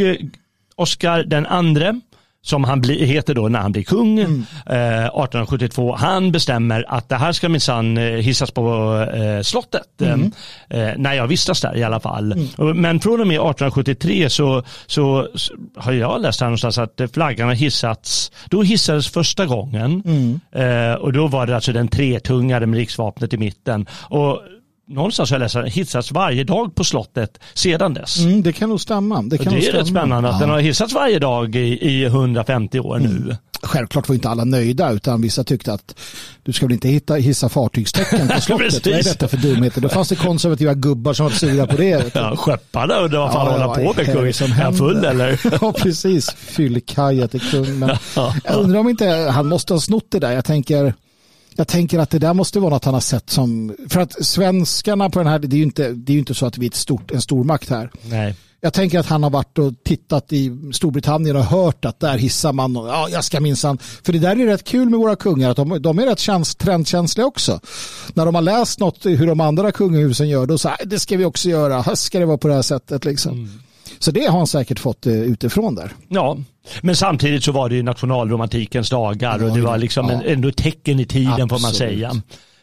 Oscar den andre, som han bli, heter då när han blir kung, mm. eh, arton sjuttiotvå, han bestämmer att det här ska minsann hissas på eh, slottet, mm. eh, när jag vistas där i alla fall. Mm. Men från och med arton sjuttiotre så, så, så har jag läst här någonstans att flaggan har hissats, då hissades första gången mm. eh, och då var det alltså den tretungade med riksvapnet i mitten, och någonstans har jag läst att hissats varje dag på slottet sedan dess. Mm, det kan nog stämma. Det, kan det är stämma. rätt spännande att ja. den har hissats varje dag i, i hundrafemtio år mm. nu. Självklart var inte alla nöjda, utan vissa tyckte att du ska väl inte hitta, hissa fartygstecken på slottet. Vad är detta för dumheter? Då fanns det konservativa gubbar som var sura på det. Ja, skeppade och det var fan ja, hålla på med kung. Som är full eller? Ja, precis. Fyllkaja till kung. Men jag undrar om inte han måste ha snott det där. Jag tänker... Jag tänker att det där måste vara något han har sett som... För att svenskarna på den här... Det är ju inte, det är ju inte så att vi är ett stort, en stor makt här. Nej. Jag tänker att han har varit och tittat i Storbritannien och hört att där hissar man. Och, ja, jag ska minsann... För det där är rätt kul med våra kungar. Att de, de är rätt käns, trendkänsliga också. När de har läst något hur de andra kungahusen gör, då säger det ska vi också göra. Här ska det vara på det här sättet liksom. Mm. Så det har han säkert fått uh, utifrån där. Ja, men samtidigt så var det ju nationalromantikens dagar ja, och det var liksom ja. en, ändå tecken i tiden. Absolut. Får man säga.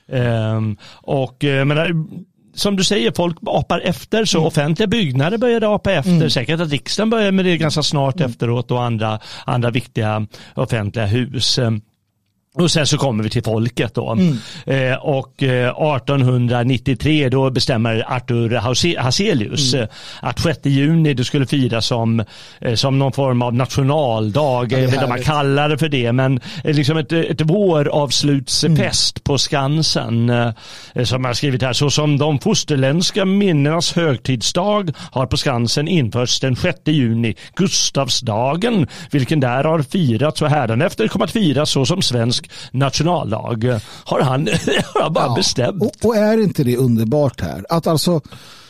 Um, och uh, men, som du säger, folk apar efter, så mm. offentliga byggnader började apa efter. Mm. Säkert att riksdagen började med det ganska snart mm. efteråt, och andra, andra viktiga offentliga hus. Um, Och sen så kommer vi till folket då. Mm. Eh, och eh, arton nittiotre då bestämmer Arthur Hazelius mm. att sjätte juni det skulle firas som, eh, som någon form av nationaldag. Jag vet inte om man kallar det för det, men eh, liksom ett, ett våravslutsfest mm. på Skansen eh, som jag har skrivit här. Så som de fosterländska minnenas högtidsdag har på Skansen införts den sjätte juni, Gustavsdagen, vilken där har firats och hädanefter kommer att firas så som svensk nationaldag. Har han, har han bara ja, bestämt. Och, och är inte det underbart här? Att alltså,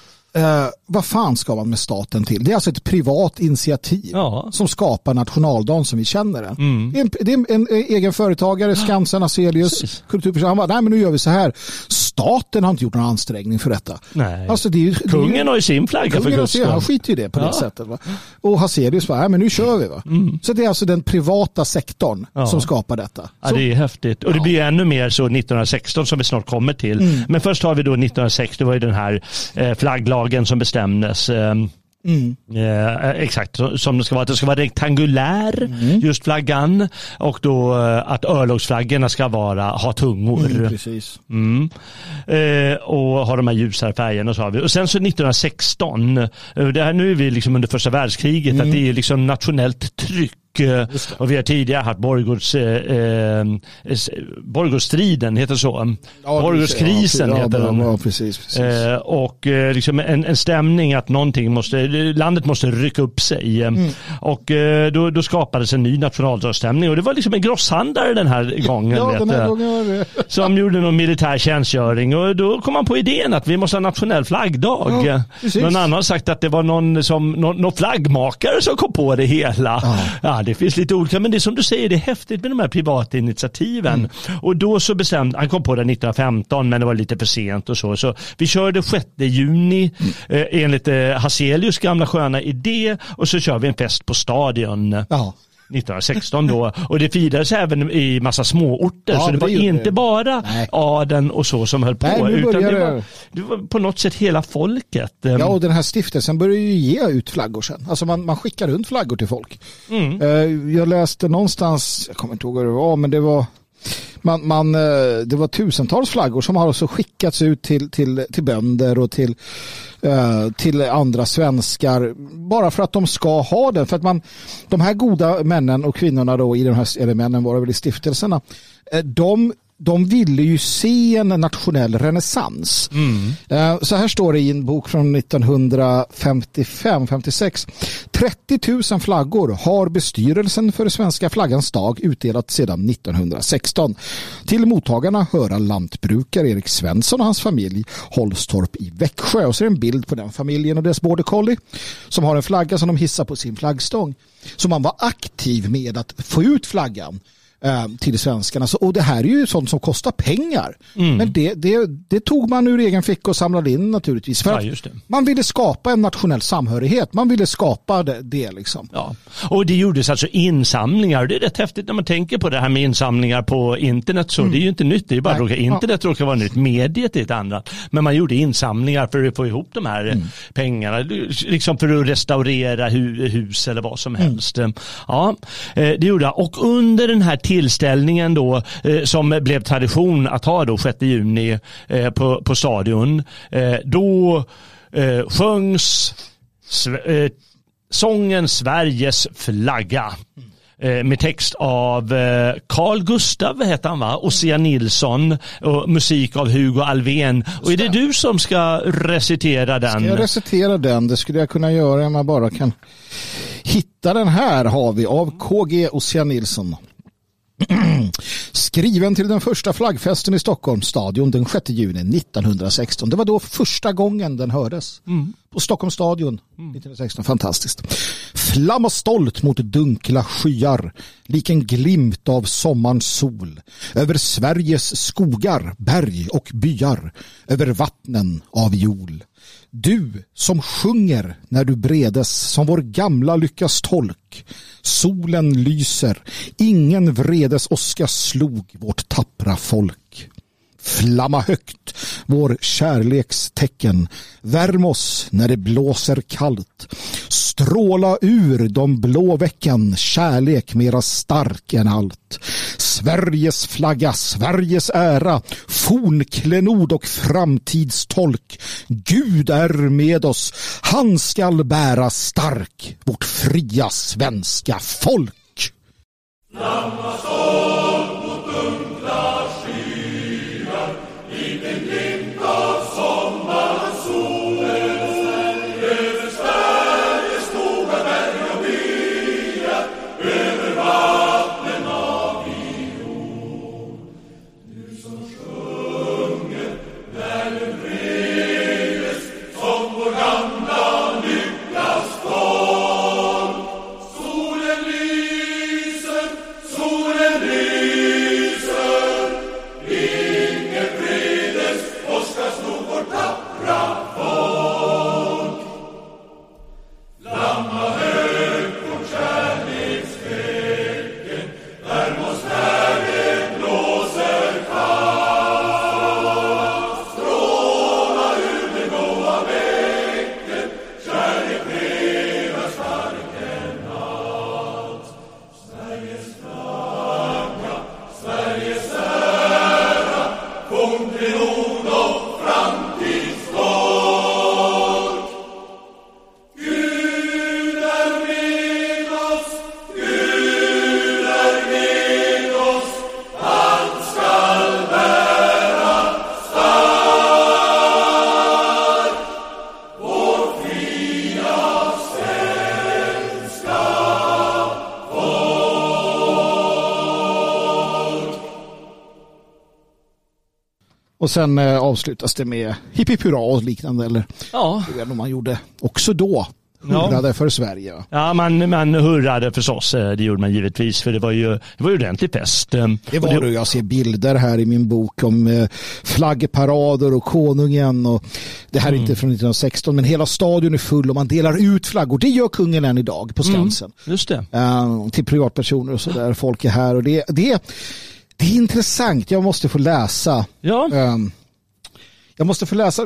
eh, vad fan ska man med staten till? Det är alltså ett privat initiativ ja. som skapar nationaldagen som vi känner den. Mm. Det, är en, det är en, en egen företagare, Skansen, Hazelius, kulturperson. Han bara, nej men nu gör vi så här. Staten har inte gjort någon ansträngning för detta. Nej. Alltså, det är ju, kungen det är, har ju sin flagga för Gustav. Han skiter ju det på ja. det sättet. Va? Och Hazelius bara, nej men nu kör vi. Va? Mm. Så det är alltså den privata sektorn ja. som skapar detta. Ja, så, det är häftigt. Och det blir ännu mer så nittonhundrasexton som vi snart kommer till. Mm. Men först har vi då nittonhundrasex, det var ju den här eh, flagglagen som bestämdes. Eh, Mm. Eh, exakt, som det ska vara. Det ska vara rektangulär, mm. just flaggan, och då eh, att örlogsflaggorna ska vara, ha tungor. Mm, precis. Mm. Eh, och ha de här ljusare färgerna, så har vi. Och sen så nittonhundrasexton, eh, det här, nu är vi liksom under första världskriget, mm. att det är liksom nationellt tryck. Och vi har tidigare haft Borgårds, eh, Borgårdsstriden, heter så. Ja, Borgårdskrisen ja, heter den. Ja, precis, precis. Eh, och eh, liksom en, en stämning att någonting måste, landet måste rycka upp sig. Mm. Och eh, då, då skapades en ny nationaldagsstämning. Och det var liksom en grosshandlare den här gången. ja, vet, den här gången var det. Som gjorde någon militär tjänstgöring. Och då kom man på idén att vi måste ha nationell flaggdag. Ja, någon annan har sagt att det var någon, som, någon, någon flaggmakare som kom på det hela. Ja. Ja, det finns lite olika, men det är som du säger, det är häftigt med de här privata initiativen. Mm. Och då så bestämde, han kom på det nittonhundrafemton, men det var lite för sent och så. Så vi körde sjätte juni mm. eh, enligt eh, Hazelius gamla sköna idé, och så kör vi en fest på Stadion. Ja. nittonhundrasexton då. Och det firades även i massa småorter. Ja, så det var det inte det. bara Nej. adeln och så som höll på. Nej, nu utan det börjar var, det- det var på något sätt hela folket. Ja, och den här stiftelsen började ju ge ut flaggor sen. Alltså man, man skickar runt flaggor till folk. Mm. Eh, Jag läste någonstans, jag kommer inte ihåg vad det var, men det var man, man, eh, det var tusentals flaggor som har också skickats ut till, till, till bönder och till, eh, till andra svenskar bara för att de ska ha den. För att man, de här goda männen och kvinnorna då i de här, eller männen var det väl i stiftelserna, eh, de De ville ju se en nationell renässans. Mm. Så här står det i en bok från nittonhundrafemtiofem femtiosex. trettio tusen flaggor har bestyrelsen för svenska flaggans dag utdelat sedan nittonhundrasexton. Till mottagarna höra lantbrukare Erik Svensson och hans familj Holstorp i Växjö. Och så är det en bild på den familjen och deras border collie som har en flagga som de hissar på sin flaggstång. Så man var aktiv med att få ut flaggan till svenskarna. Så, och det här är ju sånt som kostar pengar. Mm. Men det, det, det tog man ur egen fick och samlade in naturligtvis. För ja, att just det. Man ville skapa en nationell samhörighet. Man ville skapa det, det liksom. Ja. Och det gjordes alltså insamlingar. Det är rätt häftigt när man tänker på det här med insamlingar på internet. Så mm. det är ju inte nytt. Det är bara råkar, internet ja. råkar vara nytt. Mediet är ett annat. Men man gjorde insamlingar för att få ihop de här mm. pengarna. Liksom för att restaurera hu- hus eller vad som helst. Mm. Ja, det gjorde jag. Och under den här tillställningen då eh, som blev tradition att ha då sjätte juni eh, på, på stadion eh, då eh, sjöngs sve, eh, sången Sveriges flagga eh, med text av eh, Carl Gustav heter han va? Ossian Nilsson och musik av Hugo Alvén. Och är det du som ska recitera den? Ska jag recitera den? Det skulle jag kunna göra om jag bara kan hitta den. Här har vi av K G Ossian Nilsson. Skriven till den första flaggfesten i Stockholms stadion den sjätte juni nittonhundrasexton. Det var då första gången den hördes. Mm. På Stockholms stadion mm. nittonhundrasexton. Fantastiskt. Flamma stolt mot dunkla skyar, lik en glimt av sommarns sol, över Sveriges skogar, berg och byar, över vattnen av jol. Du som sjunger när du bredes som vår gamla lyckas tolk. Solen lyser, ingen vredes åska slog vårt tappra folk. Flamma högt, vår kärlekstecken. Värm oss när det blåser kallt. Stråla ur de blå veckan, kärlek mera stark än allt. Sveriges flagga, Sveriges ära, fornklenod och framtidstolk. Gud är med oss, han skall bära stark vårt fria svenska folk. Flamma stolt mot dunkla skyar, lik en glimt av sommarens sol, över Sveriges skogar, berg och byar, över vattnen av jord. Du som sjunger när du vredes som vår gamla lyckas folk. Solen lyser, solen lyser, ingen vredes åska slog vårt tappra folk. Flamma högt vårt kärlekstecken, värm oss när det blåser kallt. Stråla ur det blåa bäcken, kärlek mera stark än allt. Sveriges flagga, Sveriges ära, fornklenod och framtidstolk. Gud är med oss, Gud är med oss, han skall bära stark vår fria svenska folk. Och sen eh, avslutas det med hipp hipp hurra och liknande, eller Ja. det är nog man gjorde också då. hurrade ja. för Sverige. Va? Ja, man, man hurrade förstås, det gjorde man givetvis, för det var ju, det var ju ordentlig fest. Det var det, jag ser bilder här i min bok om flaggparader och konungen, och det här är mm. inte från nittonhundrasexton, men hela stadion är full och man delar ut flaggor. Det gör kungen än idag på Skansen. Mm, just det. Uh, till privatpersoner och sådär. Folk är här och det, det, det är intressant. Jag måste få läsa. Ja. Um, Jag måste få läsa,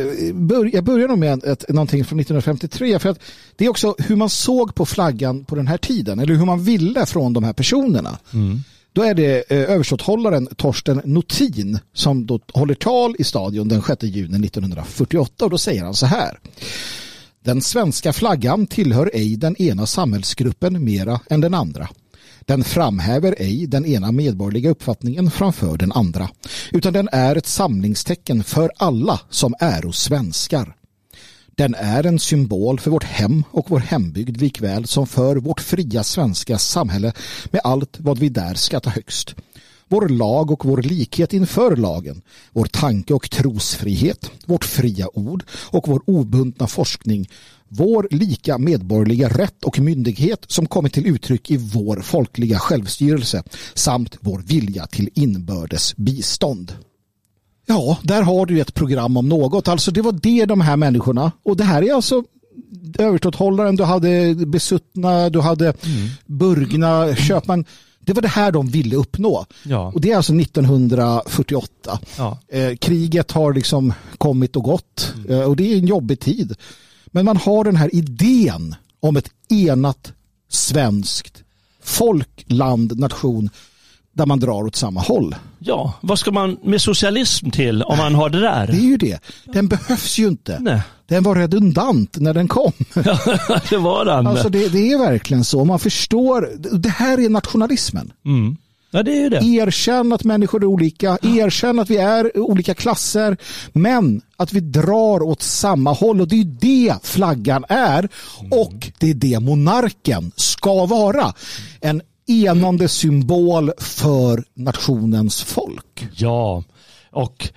jag börjar nog med ett, någonting från nittonhundrafemtiotre, för att det är också hur man såg på flaggan på den här tiden, eller hur man ville från de här personerna. Mm. Då är det överståthållaren Torsten Notin som då håller tal i stadion den sjätte juni nittonhundrafyrtioåtta, och då säger han så här: den svenska flaggan tillhör ej den ena samhällsgruppen mera än den andra. Den framhäver ej den ena medborgerliga uppfattningen framför den andra, utan den är ett samlingstecken för alla som är svenskar. Den är en symbol för vårt hem och vår hembygd likväl som för vårt fria svenska samhälle med allt vad vi där skattar högst. Vår lag och vår likhet inför lagen, vår tanke- och trosfrihet, vårt fria ord och vår obundna forskning, vår lika medborgerliga rätt och myndighet som kommit till uttryck i vår folkliga självstyrelse samt vår vilja till inbördes bistånd. Ja, där har du ett program om något. Alltså det var det de här människorna, och det här är alltså överståthållaren, du hade besuttna, du hade mm. burgna, köpman. Det var det här de ville uppnå. Ja. Och det är alltså nittonhundrafyrtioåtta. Ja. Eh, kriget har liksom kommit och gått. Mm. Eh, och det är en jobbig tid. Men man har den här idén om ett enat svenskt folk, land, nation där man drar åt samma håll. Ja, vad ska man med socialism till om man har det där? Det är ju det. Den behövs ju inte. Nej. Den var redundant när den kom. Ja, det var den. Alltså det, det är verkligen så. Man förstår. Det här är nationalismen. Mm. Ja, det är ju det. Erkänn att människor är olika. Erkänn att vi är olika klasser. Men att vi drar åt samma håll. Och det är det flaggan är. Och det är det monarken ska vara. En enande symbol för nationens folk. Ja, och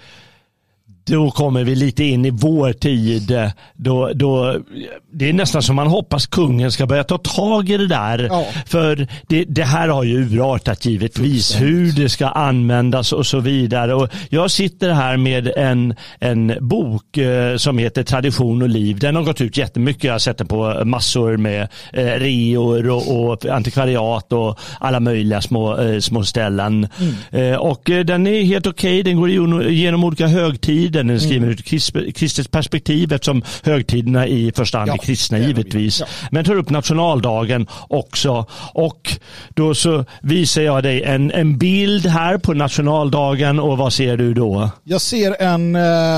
då kommer vi lite in i vår tid. Då, då, det är nästan som man hoppas kungen ska börja ta tag i det där. Ja. För det, det här har ju urartat givetvis. Hur det ska användas och så vidare. Och jag sitter här med en, en bok eh, som heter Tradition och liv. Den har gått ut jättemycket. Jag har sett den på massor med eh, reor och, och antikvariat och alla möjliga små, eh, små ställen. Mm. Eh, och eh, den är helt okej. Okay. Den går igenom olika högtider. Den är skriven ur ett kristet perspektiv eftersom högtiderna i första hand är ja, kristna givetvis. Ja. Men tar upp nationaldagen också. Och då så visar jag dig en, en bild här på nationaldagen, och vad ser du då? Jag ser en,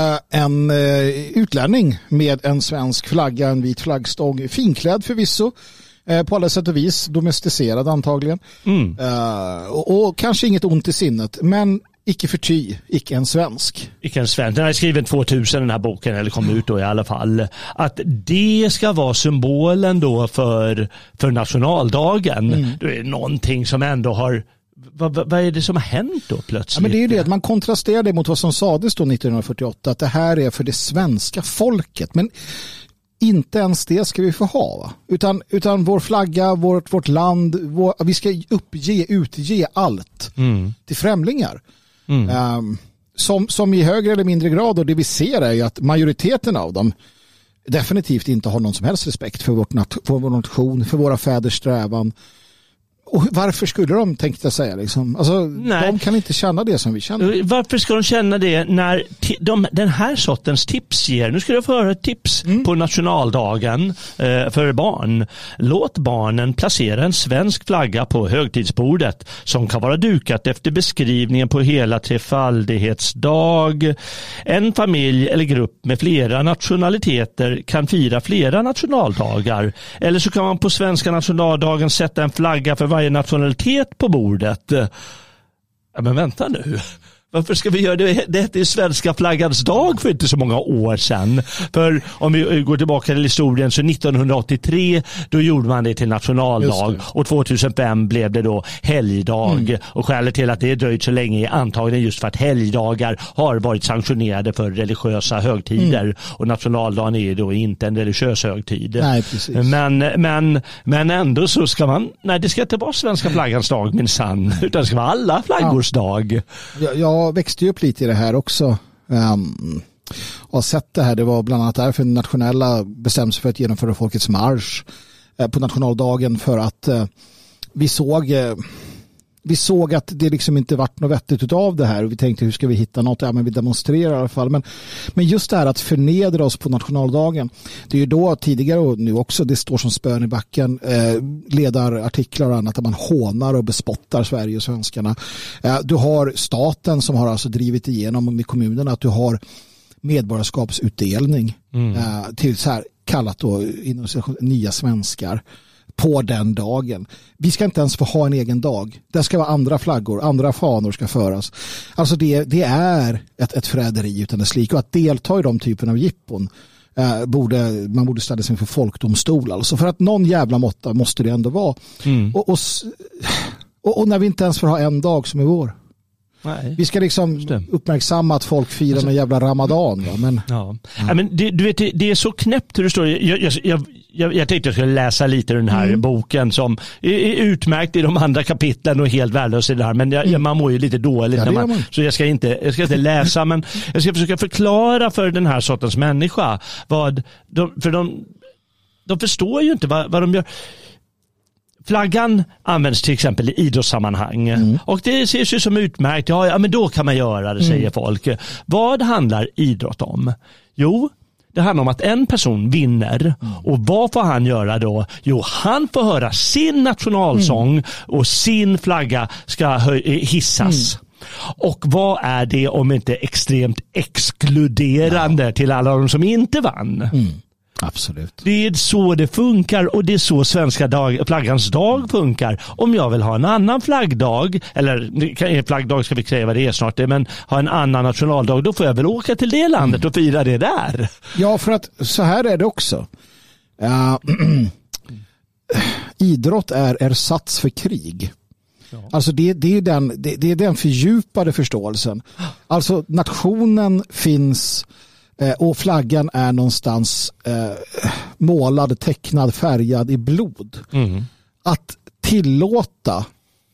en utlänning med en svensk flagga, en vit flaggstång, finklädd förvisso. På alla sätt och vis, domesticerad antagligen. Mm. Uh, och, och kanske inget ont i sinnet, men icke förty, icke en svensk. Icke en svensk. Den är skriven tvåtusen, den här boken, eller kom ut då i alla fall. Att det ska vara symbolen då för, för nationaldagen. Mm. Då är det någonting som ändå har... Vad, vad är det som har hänt då plötsligt? Ja, men det är ju det att man kontrasterar det mot vad som sades då nittonhundrafyrtioåtta, att det här är för det svenska folket. Men inte ens det ska vi få ha, va? Utan, utan vår flagga, vårt, vårt land, vår, vi ska uppge, utge allt mm. till främlingar. Mm. Um, som, som i högre eller mindre grad, och det vi ser är ju att majoriteten av dem definitivt inte har någon som helst respekt för, vårt nat- för vår nation, för våra fäders strävan. Och varför skulle de, tänkte jag säga, liksom? Alltså, de kan inte känna det som vi känner. Varför ska de känna det när t- de, den här sortens tips ger? Nu ska jag få höra ett tips mm. på nationaldagen eh, för barn. Låt barnen placera en svensk flagga på högtidsbordet som kan vara dukat efter beskrivningen på hela trefaldighetsdag. En familj eller grupp med flera nationaliteter kan fira flera nationaldagar. Eller så kan man på svenska nationaldagen sätta en flagga för varje nationalitet på bordet. Ja, men vänta nu. Varför ska vi göra det? Det hette ju svenska flaggans dag för inte så många år sedan. För om vi går tillbaka till historien så nittonhundraåttiotre då gjorde man det till nationaldag och tjugohundrafem blev det då helgdag. Mm. Och skälet till att det dröjt så länge är antagligen just för att helgdagar har varit sanktionerade för religiösa högtider. Mm. Och nationaldagen är då inte en religiös högtid. Nej, precis. Men, men, men ändå så ska man, nej det ska inte vara svenska flaggans dag minsann, utan det ska vara alla flaggors dag. Ja, jag växte ju upp lite i det här också. Um, och har sett det här. Det var bland annat därför nationella bestämde sig för att genomföra Folkets marsch uh, på nationaldagen för att uh, vi såg uh, vi såg att det liksom inte vart något vettigt utav det här och vi tänkte hur ska vi hitta något? Ja, men vi demonstrerar i alla fall. Men, men just det här att förnedra oss på nationaldagen, det är ju då tidigare och nu också det står som spön i backen eh, ledarartiklar och annat där man hånar och bespottar Sverige och svenskarna. Eh, du har staten som har alltså drivit igenom med kommunerna att du har medborgarskapsutdelning mm. eh, till så här kallat då inom nya svenskar på den dagen. Vi ska inte ens få ha en egen dag. Det ska vara andra flaggor, andra fanor ska föras. Alltså det, det är ett, ett förräderi utan dess like. Och att delta i de typen av jippon eh, borde, man borde ställa sig inför folkdomstol. Alltså för att någon jävla måtta måste det ändå vara. Mm. Och, och, och, och när vi inte ens får ha en dag som är vår. Nej. Vi ska liksom uppmärksamma att folk firar alltså, en jävla ramadan. Va? Men, ja. Ja. Ja, men det, du vet, det är så knäppt hur det står. Jag, jag, jag, jag, jag tänkte jag skulle läsa lite den här mm. boken som är, är utmärkt i de andra kapitlen och helt värdelös i det här. Men jag, mm. man mår ju lite dåligt. Ja, när man, man. Så jag ska, inte, jag ska inte läsa, men jag ska försöka förklara för den här sortens människa vad de, för de, de förstår ju inte vad, vad de gör. Flaggan används till exempel i idrottssammanhang mm. och det ses ju som utmärkt. Ja, ja, men då kan man göra det, säger mm. folk. Vad handlar idrott om? Jo, det handlar om att en person vinner mm. och vad får han göra då? Jo, han får höra sin nationalsång mm. och sin flagga ska hissas. Mm. Och vad är det om inte extremt exkluderande ja. Till alla de som inte vann? Mm. Absolut. Det är så det funkar och det är så svenska dag, flaggans dag funkar. Om jag vill ha en annan flaggdag, eller flaggdag ska vi kräva det är snart, men ha en annan nationaldag, då får jag väl åka till det landet mm. och fira det där. Ja, för att så här är det också. Uh, idrott är ersats för krig. Ja. Alltså det, det, är den, det, det är den fördjupade förståelsen. Alltså nationen finns och flaggan är någonstans eh, målad, tecknad, färgad i blod. Mm. Att tillåta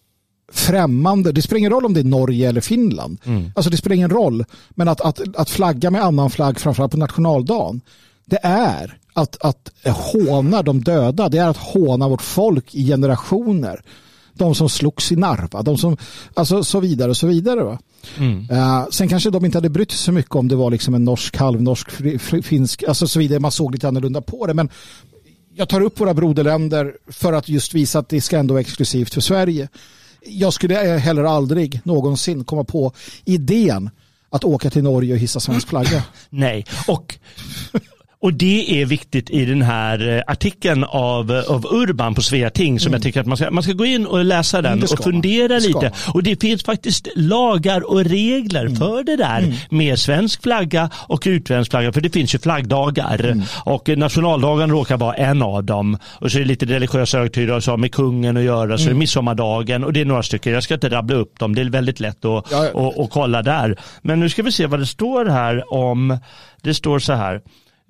främmande, det spelar ingen roll om det är Norge eller Finland. Mm. Alltså det spelar ingen roll. Men att, att, att flagga med annan flagg framförallt på nationaldagen, det är att, att håna de döda. Det är att håna vårt folk i generationer. De som slogs i Narva, de som, alltså så vidare och så vidare. Va? Mm. Uh, sen kanske de inte hade brytt sig så mycket om det var liksom en norsk, halvnorsk, finsk, alltså så vidare. Man såg lite annorlunda på det. Men jag tar upp våra broderländer för att just visa att det ska ändå vara exklusivt för Sverige. Jag skulle heller aldrig någonsin komma på idén att åka till Norge och hissa svensk flagga. Nej, och... Och det är viktigt i den här artikeln av, av Urban på Sveating som mm. jag tycker att man ska, man ska gå in och läsa den och fundera lite. Och det finns faktiskt lagar och regler mm. för det där mm. med svensk flagga och utländsk flagga. För det finns ju flaggdagar mm. och nationaldagen råkar vara en av dem. Och så är det lite religiösa högtider och så med kungen att göra. Så mm. är det midsommardagen och det är några stycken. Jag ska inte rabbla upp dem. Det är väldigt lätt att ja. och, och kolla där. Men nu ska vi se vad det står här om. Det står så här.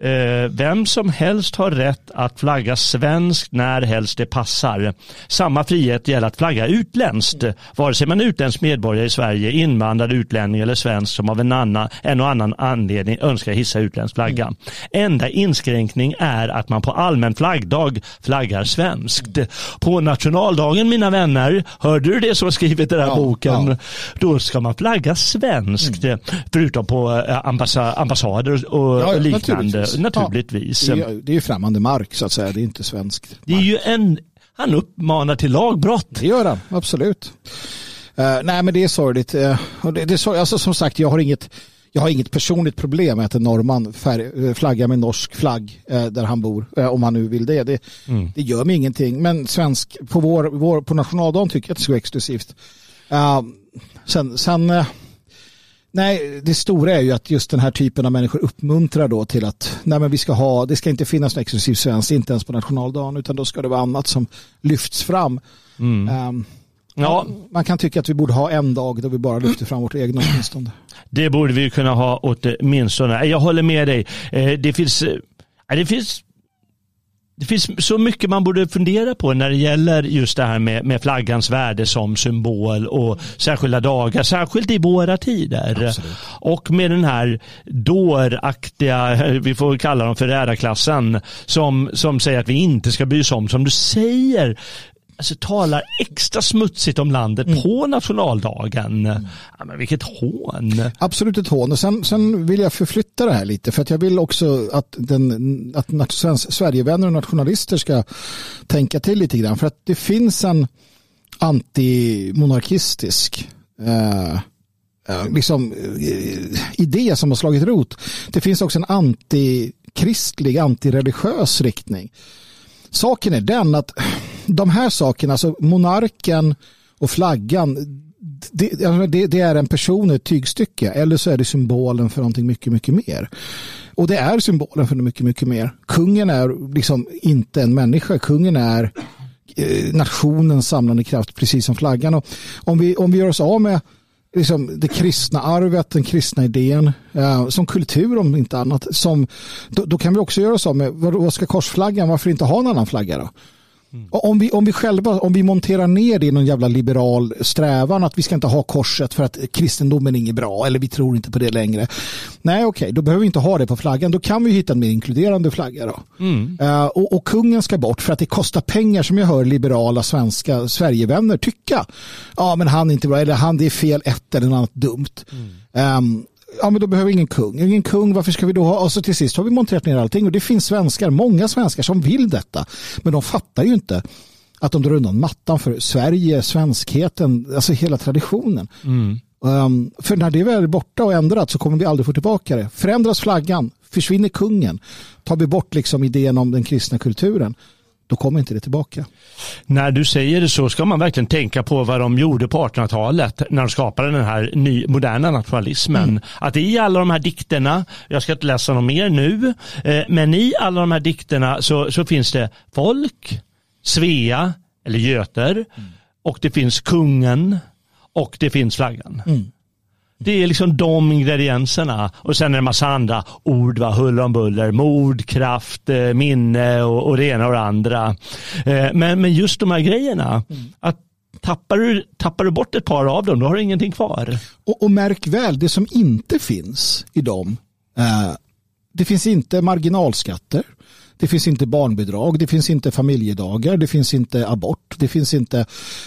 Vem som helst har rätt att flagga svenskt när helst det passar. Samma frihet gäller att flagga utländskt. Vare sig man är utländsk medborgare i Sverige, invandrad utlänning eller svensk som av en, annan, en och annan anledning önskar hissa utländsk flagga. Mm. Enda inskränkning är att man på allmän flaggdag flaggar svenskt. På nationaldagen, mina vänner, hörde du det som har skrivit den här ja, boken? Ja. Då ska man flagga svenskt. Mm. Förutom på ambassa- ambassader och ja, liknande. Naturligtvis. Ja, det, är, det är ju främmande mark så att säga, det är inte svenskt. Det är ju en, han uppmanar till lagbrott. Det gör han, absolut. Uh, nej men det är sorgligt. Uh, det, det är sorgligt. Alltså, som sagt, jag har inget jag har inget personligt problem med att en norrman färg, flaggar med norsk flagg uh, där han bor, uh, om han nu vill det. Det, mm. det gör mig ingenting. Men svensk, på, vår, vår, på nationaldagen tycker jag att det är så exklusivt. Uh, sen, sen uh, Nej, det stora är ju att just den här typen av människor uppmuntrar då till att nej, men vi ska ha, det ska inte finnas något exklusivt svenskt, inte ens på nationaldagen, utan då ska det vara annat som lyfts fram. Mm. Um, ja. Man kan tycka att vi borde ha en dag då vi bara lyfter fram vårt egna åtminstone. Det borde vi kunna ha åtminstone. Jag håller med dig. Det finns, det finns Det finns så mycket man borde fundera på när det gäller just det här med, med flaggans värde som symbol och särskilda dagar, särskilt i våra tider. Absolut. Och med den här dåraktiga, vi får kalla dem för rädarklassen, som, som säger att vi inte ska bry oss om, som du säger, alltså talar extra smutsigt om landet mm. på nationaldagen. Mm. Ja, men vilket hån. Absolut ett hån. Och sen, sen vill jag förflytta det här lite, för att jag vill också att, den, att svensk, Sverigevänner och nationalister ska tänka till lite grann. För att det finns en antimonarkistisk eh, liksom, eh, idé som har slagit rot. Det finns också en antikristlig, antireligiös riktning. Saken är den att de här sakerna, alltså monarken och flaggan, det, det, det är en person, ett tygstycke, eller så är det symbolen för någonting mycket, mycket mer. Och det är symbolen för mycket, mycket mer. Kungen är liksom inte en människa, kungen är eh, nationens samlande kraft, precis som flaggan. Och om vi, om vi gör oss av med liksom det kristna arvet, den kristna idén, eh, som kultur om inte annat, som, då, då kan vi också göra så med, vad, vad ska korsflaggan, varför inte ha en annan flagga då? Mm. Och om vi, om vi själva, om vi monterar ner det i någon jävla liberal strävan att vi ska inte ha korset för att kristendomen är inget bra, eller vi tror inte på det längre. Nej, okej, okay, då behöver vi inte ha det på flaggan. Då kan vi hitta en mer inkluderande flagga då. Mm. Uh, och, och kungen ska bort för att det kostar pengar, som jag hör liberala svenska Sverigevänner tycka. Ja, men han är inte bra, eller han, det är fel ett eller annat dumt. Mm. Um, Ja, men då behöver vi ingen kung. Ingen kung, varför ska vi då ha? Och så till sist har vi monterat ner allting. Och det finns svenskar, många svenskar som vill detta. Men de fattar ju inte att de drar undan mattan för Sverige, svenskheten, alltså hela traditionen. Mm. Um, för när det väl är borta och ändrat så kommer vi aldrig få tillbaka det. Förändras flaggan, försvinner kungen, tar vi bort liksom idén om den kristna kulturen, då kommer inte det tillbaka. När du säger det så ska man verkligen tänka på vad de gjorde på artonhundratalet när de skapade den här ny, moderna nationalismen. Mm. Att i alla de här dikterna, jag ska inte läsa något mer nu, eh, men i alla de här dikterna så, så finns det folk, Svea eller Göter, mm. och det finns kungen och det finns flaggan. Mm. Det är liksom de ingredienserna. Och sen är det en massa andra ord, va? Huller om buller, mod, kraft, minne och, och det ena och det andra. Eh, men, men just de här grejerna, mm. att tappar du, tappar du bort ett par av dem, då har du ingenting kvar. Och, och märk väl, det som inte finns i dem, eh, det finns inte marginalskatter, det finns inte barnbidrag, det finns inte familjedagar, det finns inte abort, det finns inte...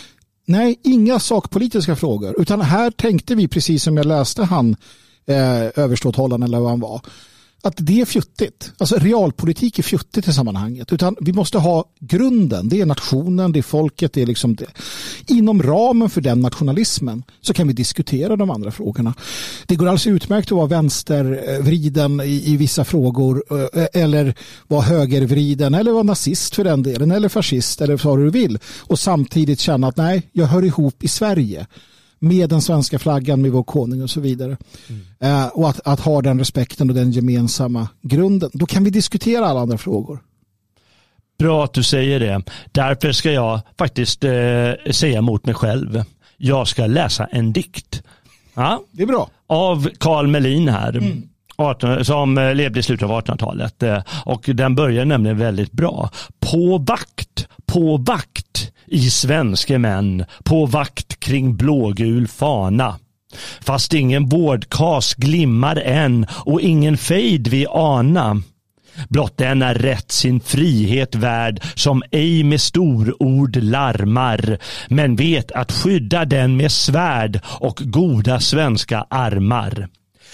Nej, inga sakpolitiska frågor. Utan här tänkte vi, precis som jag läste han, eh, överståthållaren eller vad han var, att det är fjuttigt. Alltså realpolitik är fjuttigt i sammanhanget. Utan vi måste ha grunden. Det är nationen, det är folket, det är liksom det. Inom ramen för den nationalismen så kan vi diskutera de andra frågorna. Det går alltså utmärkt att vara vänstervriden i, i vissa frågor, eller vara högervriden, eller vara nazist för den delen, eller fascist, eller vad du vill. Och samtidigt känna att nej, jag hör ihop i Sverige med den svenska flaggan, med vår konung och så vidare. Mm. Eh, och att, att ha den respekten och den gemensamma grunden. Då kan vi diskutera alla andra frågor. Bra att du säger det. Därför ska jag faktiskt eh, säga mot mig själv. Jag ska läsa en dikt. Ja? Det är bra. Av Carl Melin här. Mm. arton, som levde i slutet av artonhundratalet. Och den börjar nämligen väldigt bra. På vakt, på vakt i svenska män, på vakt kring blågul fana. Fast ingen vårdkas glimmar än och ingen fejd vi ana. Blott den är rätt sin frihet värd som ej med storord larmar, men vet att skydda den med svärd och goda svenska armar.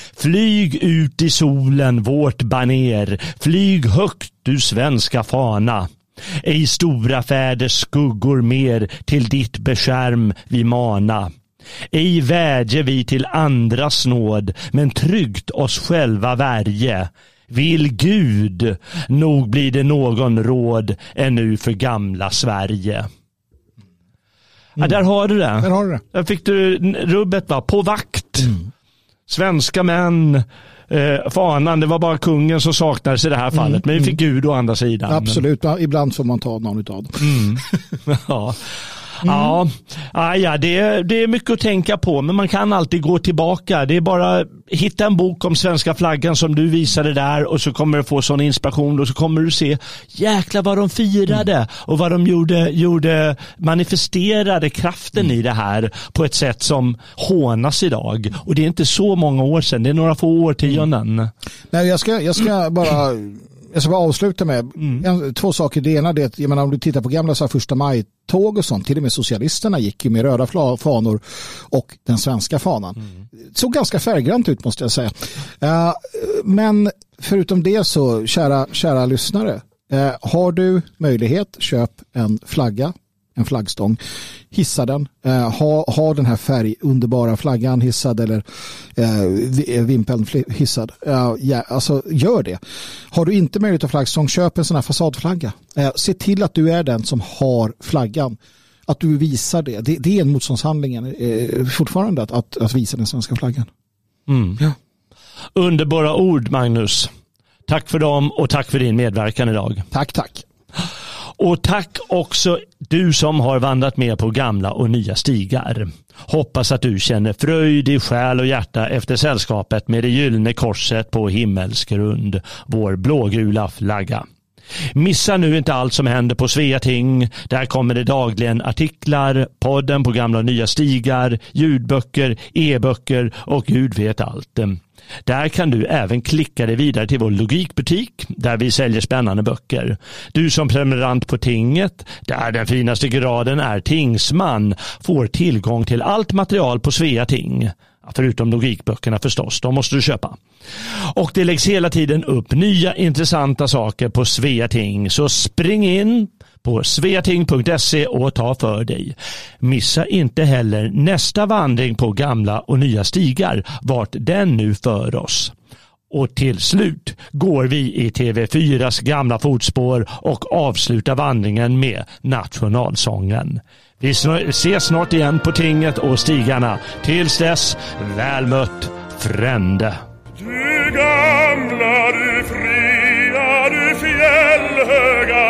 Flyg ut i solen vårt baner, flyg högt du svenska fana. Ej stora fäders skuggor mer till ditt beskärm vi mana. Ej vädje vi till andras nåd, men tryggt oss själva värje. Vill Gud, nog blir det någon råd ännu för gamla Sverige. Mm. Ja, där har du det. Där har du det. Där fick du rubbet, va? På vakt. Mm. Svenska män, eh, fanan, det var bara kungen som saknades i det här fallet. Mm, men vi fick mm. Gud å andra sidan. Absolut, ibland får man ta någon utav dem. Mm. Ja. Mm. Ja, ah, ja det, det är mycket att tänka på, men man kan alltid gå tillbaka. Det är bara hitta en bok om svenska flaggan som du visade där och så kommer du få sån inspiration och så kommer du se jäklar vad de firade mm. och vad de gjorde, gjorde manifesterade kraften mm. i det här på ett sätt som hånas idag. Och det är inte så många år sedan, det är några få årtionden. Mm. Nej, jag ska, jag ska bara... Jag ska bara avsluta med mm. en, två saker. Det ena är att jag menar, om du tittar på gamla så här första maj-tåg och sånt, till och med socialisterna gick ju med röda fanor och den svenska fanan. Mm. Såg ganska färggrant ut måste jag säga. Uh, men förutom det så, kära, kära lyssnare, uh, har du möjlighet, köp en flagga, en flaggstång, hissa den, eh, ha, ha den här färg underbara flaggan hissad eller eh, vimpeln hissad. Eh, ja, alltså gör det. Har du inte möjlighet att flaggstång, köp en sån här fasadflagga. Eh, se till att du är den som har flaggan. Att du visar det. Det, det är en motståndshandling eh, fortfarande att, att, att visa den svenska flaggan. Mm. Ja. Underbara ord, Magnus. Tack för dem och tack för din medverkan idag. Tack, tack. Och tack också du som har vandrat med på gamla och nya stigar. Hoppas att du känner fröjd i själ och hjärta efter sällskapet med det gyllene korset på himmelsk grund, vår blågula flagga. Missa nu inte allt som händer på Sveating. Där kommer det dagligen artiklar, podden på gamla och nya stigar, ljudböcker, e-böcker och Gud vet allt. Där kan du även klicka dig vidare till vår logikbutik där vi säljer spännande böcker. Du som prenumerant på Tinget, där den finaste graden är tingsman, får tillgång till allt material på Sveating. Förutom logikböckerna förstås, de måste du köpa. Och det läggs hela tiden upp nya intressanta saker på Sveating. Så spring in på sveating punkt se och ta för dig. Missa inte heller nästa vandring på gamla och nya stigar, vart den nu för oss. Och till slut går vi i T V fyras gamla fotspår och avslutar vandringen med nationalsången. Vi ses snart igen på Tinget och stigarna. Tills dess, väl mött, frände. Du gamla, du fria, du fjällhöga